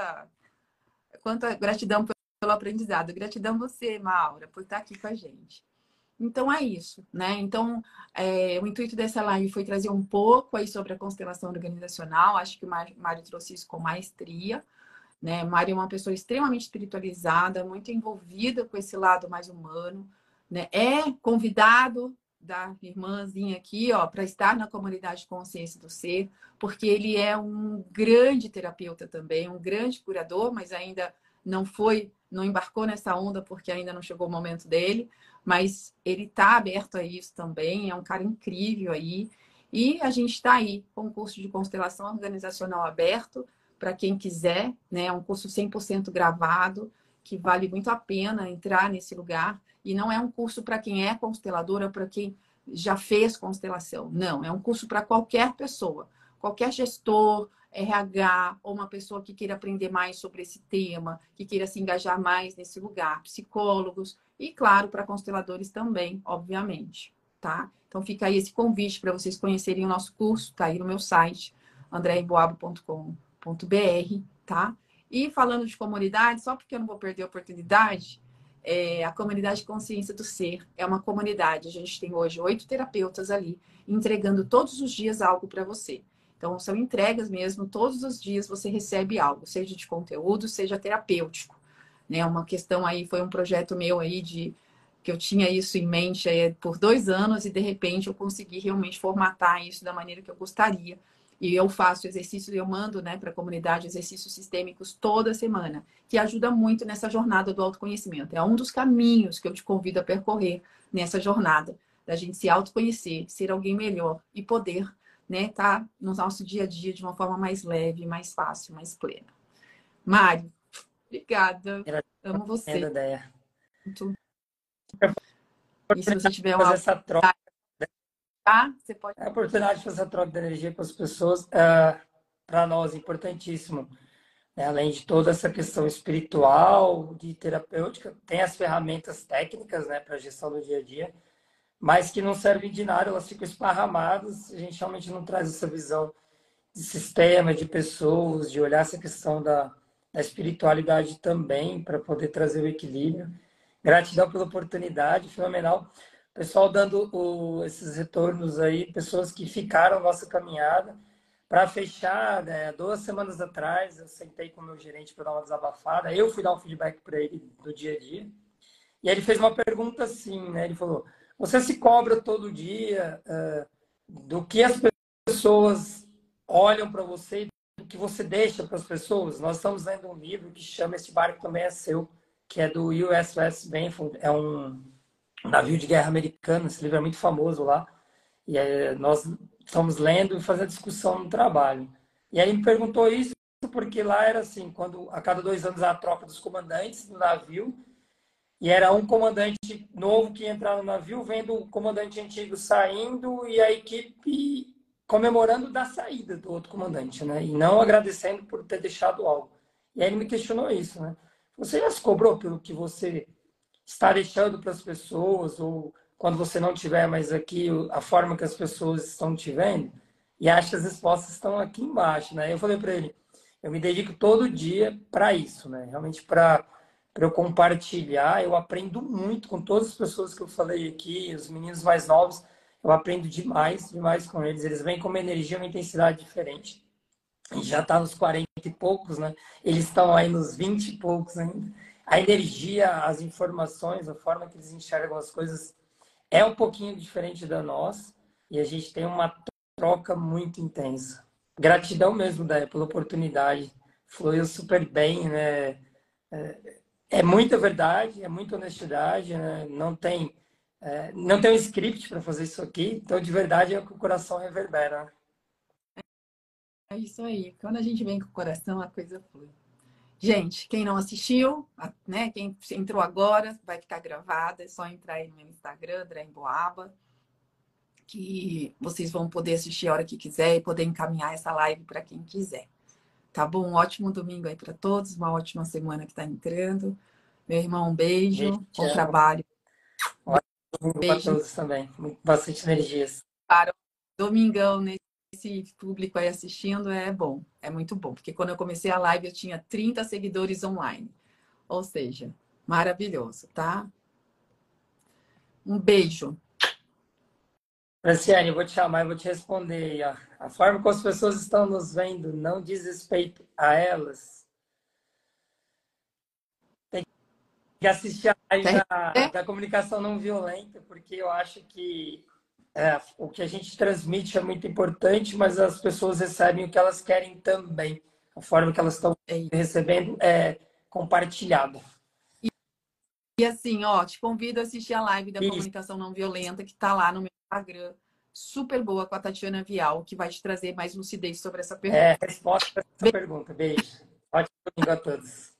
quanta gratidão pelo aprendizado. Gratidão você, Maura, por estar aqui com a gente. Então é isso, né? Então, o intuito dessa live foi trazer um pouco aí sobre a constelação organizacional. Acho que o Mário trouxe isso com maestria, né? O Mário é uma pessoa extremamente espiritualizada, muito envolvida com esse lado mais humano, né? É convidado da irmãzinha aqui, ó, para estar na comunidade Consciência do Ser, porque ele é um grande terapeuta também, um grande curador, mas ainda não embarcou nessa onda porque ainda não chegou o momento dele, mas ele está aberto a isso também, é um cara incrível aí. E a gente está aí com o curso de constelação organizacional aberto para quem quiser, né? É um curso 100% gravado, que vale muito a pena entrar nesse lugar. E não é um curso para quem é constelador ou para quem já fez constelação. Não, é um curso para qualquer pessoa, qualquer gestor, RH, ou uma pessoa que queira aprender mais sobre esse tema, que queira se engajar mais nesse lugar, psicólogos e, claro, para consteladores também, obviamente, tá? Então fica aí esse convite para vocês conhecerem o nosso curso, tá aí no meu site, andreaemboabo.com.br, tá? E falando de comunidade, só porque eu não vou perder a oportunidade, a comunidade Consciência do Ser é uma comunidade. A gente tem hoje 8 terapeutas ali, entregando todos os dias algo para você. Então, são entregas mesmo, todos os dias você recebe algo, seja de conteúdo, seja terapêutico. Né? Uma questão aí, foi um projeto meu aí que eu tinha isso em mente por 2 anos e, de repente, eu consegui realmente formatar isso da maneira que eu gostaria. E eu faço exercícios, eu mando, né, para a comunidade exercícios sistêmicos toda semana, que ajuda muito nessa jornada do autoconhecimento. É um dos caminhos que eu te convido a percorrer nessa jornada, da gente se autoconhecer, ser alguém melhor e poder, né, tá no nosso dia a dia de uma forma mais leve, mais fácil, mais plena. Mário, obrigada. Amo você. Ideia. E se você tiver Fazer algo, essa troca, tá? Você pode. a oportunidade de fazer essa troca de energia com as pessoas, para nós, importantíssimo. né? Além de toda essa questão espiritual, de terapêutica, tem as ferramentas técnicas, né, para a gestão do dia a dia, mas que não servem de nada, elas ficam esparramadas, a gente realmente não traz essa visão de sistema, de pessoas, de olhar essa questão da espiritualidade também, para poder trazer o equilíbrio. Gratidão pela oportunidade, fenomenal. Pessoal dando esses retornos aí, pessoas que ficaram nossa caminhada. Para fechar, né, 2 semanas atrás, eu sentei com o meu gerente para dar uma desabafada. Eu fui dar um feedback para ele do dia a dia. E aí ele fez uma pergunta assim, né? Ele falou: você se cobra todo dia do que as pessoas olham para você, do que você deixa para as pessoas? Nós estamos lendo um livro que chama Este Barco Também é Seu, que é do USS Benfold, é um navio de guerra americano. Esse livro é muito famoso lá. E nós estamos lendo e fazendo discussão no trabalho. E aí ele me perguntou isso porque lá era assim, quando a cada 2 anos a troca dos comandantes do navio, e era um comandante novo que ia entrar no navio, vendo o comandante antigo saindo e a equipe comemorando da saída do outro comandante, né? E não agradecendo por ter deixado algo. E aí ele me questionou isso, né? Você já se cobrou pelo que você está deixando para as pessoas, ou quando você não tiver mais aqui, a forma que as pessoas estão te vendo? E acho que as respostas estão aqui embaixo, né? Eu falei para ele, eu me dedico todo dia para isso, né? Realmente para eu compartilhar. Eu aprendo muito com todas as pessoas que eu falei aqui, os meninos mais novos, eu aprendo demais, demais com eles. Eles vêm com uma energia, uma intensidade diferente. E já está nos 40 e poucos, né? Eles estão aí nos 20 e poucos ainda. A energia, as informações, a forma que eles enxergam as coisas é um pouquinho diferente da nossa, e a gente tem uma troca muito intensa. Gratidão mesmo, Daia, pela oportunidade. Fluiu super bem, né? É muita verdade, é muita honestidade, né? Não tem um script para fazer isso aqui, então de verdade é o que o coração reverbera. É isso aí. Quando a gente vem com o coração, a coisa flui. Gente, quem não assistiu, né? Quem entrou agora, vai ficar gravada. É só entrar aí no meu Instagram, André Emboaba, que vocês vão poder assistir a hora que quiser e poder encaminhar essa live para quem quiser. Tá bom? Um ótimo domingo aí para todos, uma ótima semana que está entrando. Meu irmão, um Beijo, beijo, te bom amo. trabalho. Ótimo domingo para Beijo. todos também. Bastante energias. Para domingão nesse público aí assistindo é bom, é muito bom, porque quando eu comecei a live eu tinha 30 seguidores online, ou seja, maravilhoso, tá? Um beijo. Franciane, eu vou te chamar e vou te responder aí, ó. A forma como as pessoas estão nos vendo não diz respeito a elas. Tem que assistir a live Quer da comunicação não violenta, porque eu acho que o que a gente transmite é muito importante, mas as pessoas recebem o que elas querem também. A forma que elas estão rever? recebendo é compartilhada. E assim, ó, te convido a assistir a live da Isso, comunicação não violenta que tá lá no meu Instagram, super boa com a Tatiana Vial, que vai te trazer mais lucidez sobre essa é a pergunta. resposta para essa pergunta. Beijo. Ótimo domingo a todos.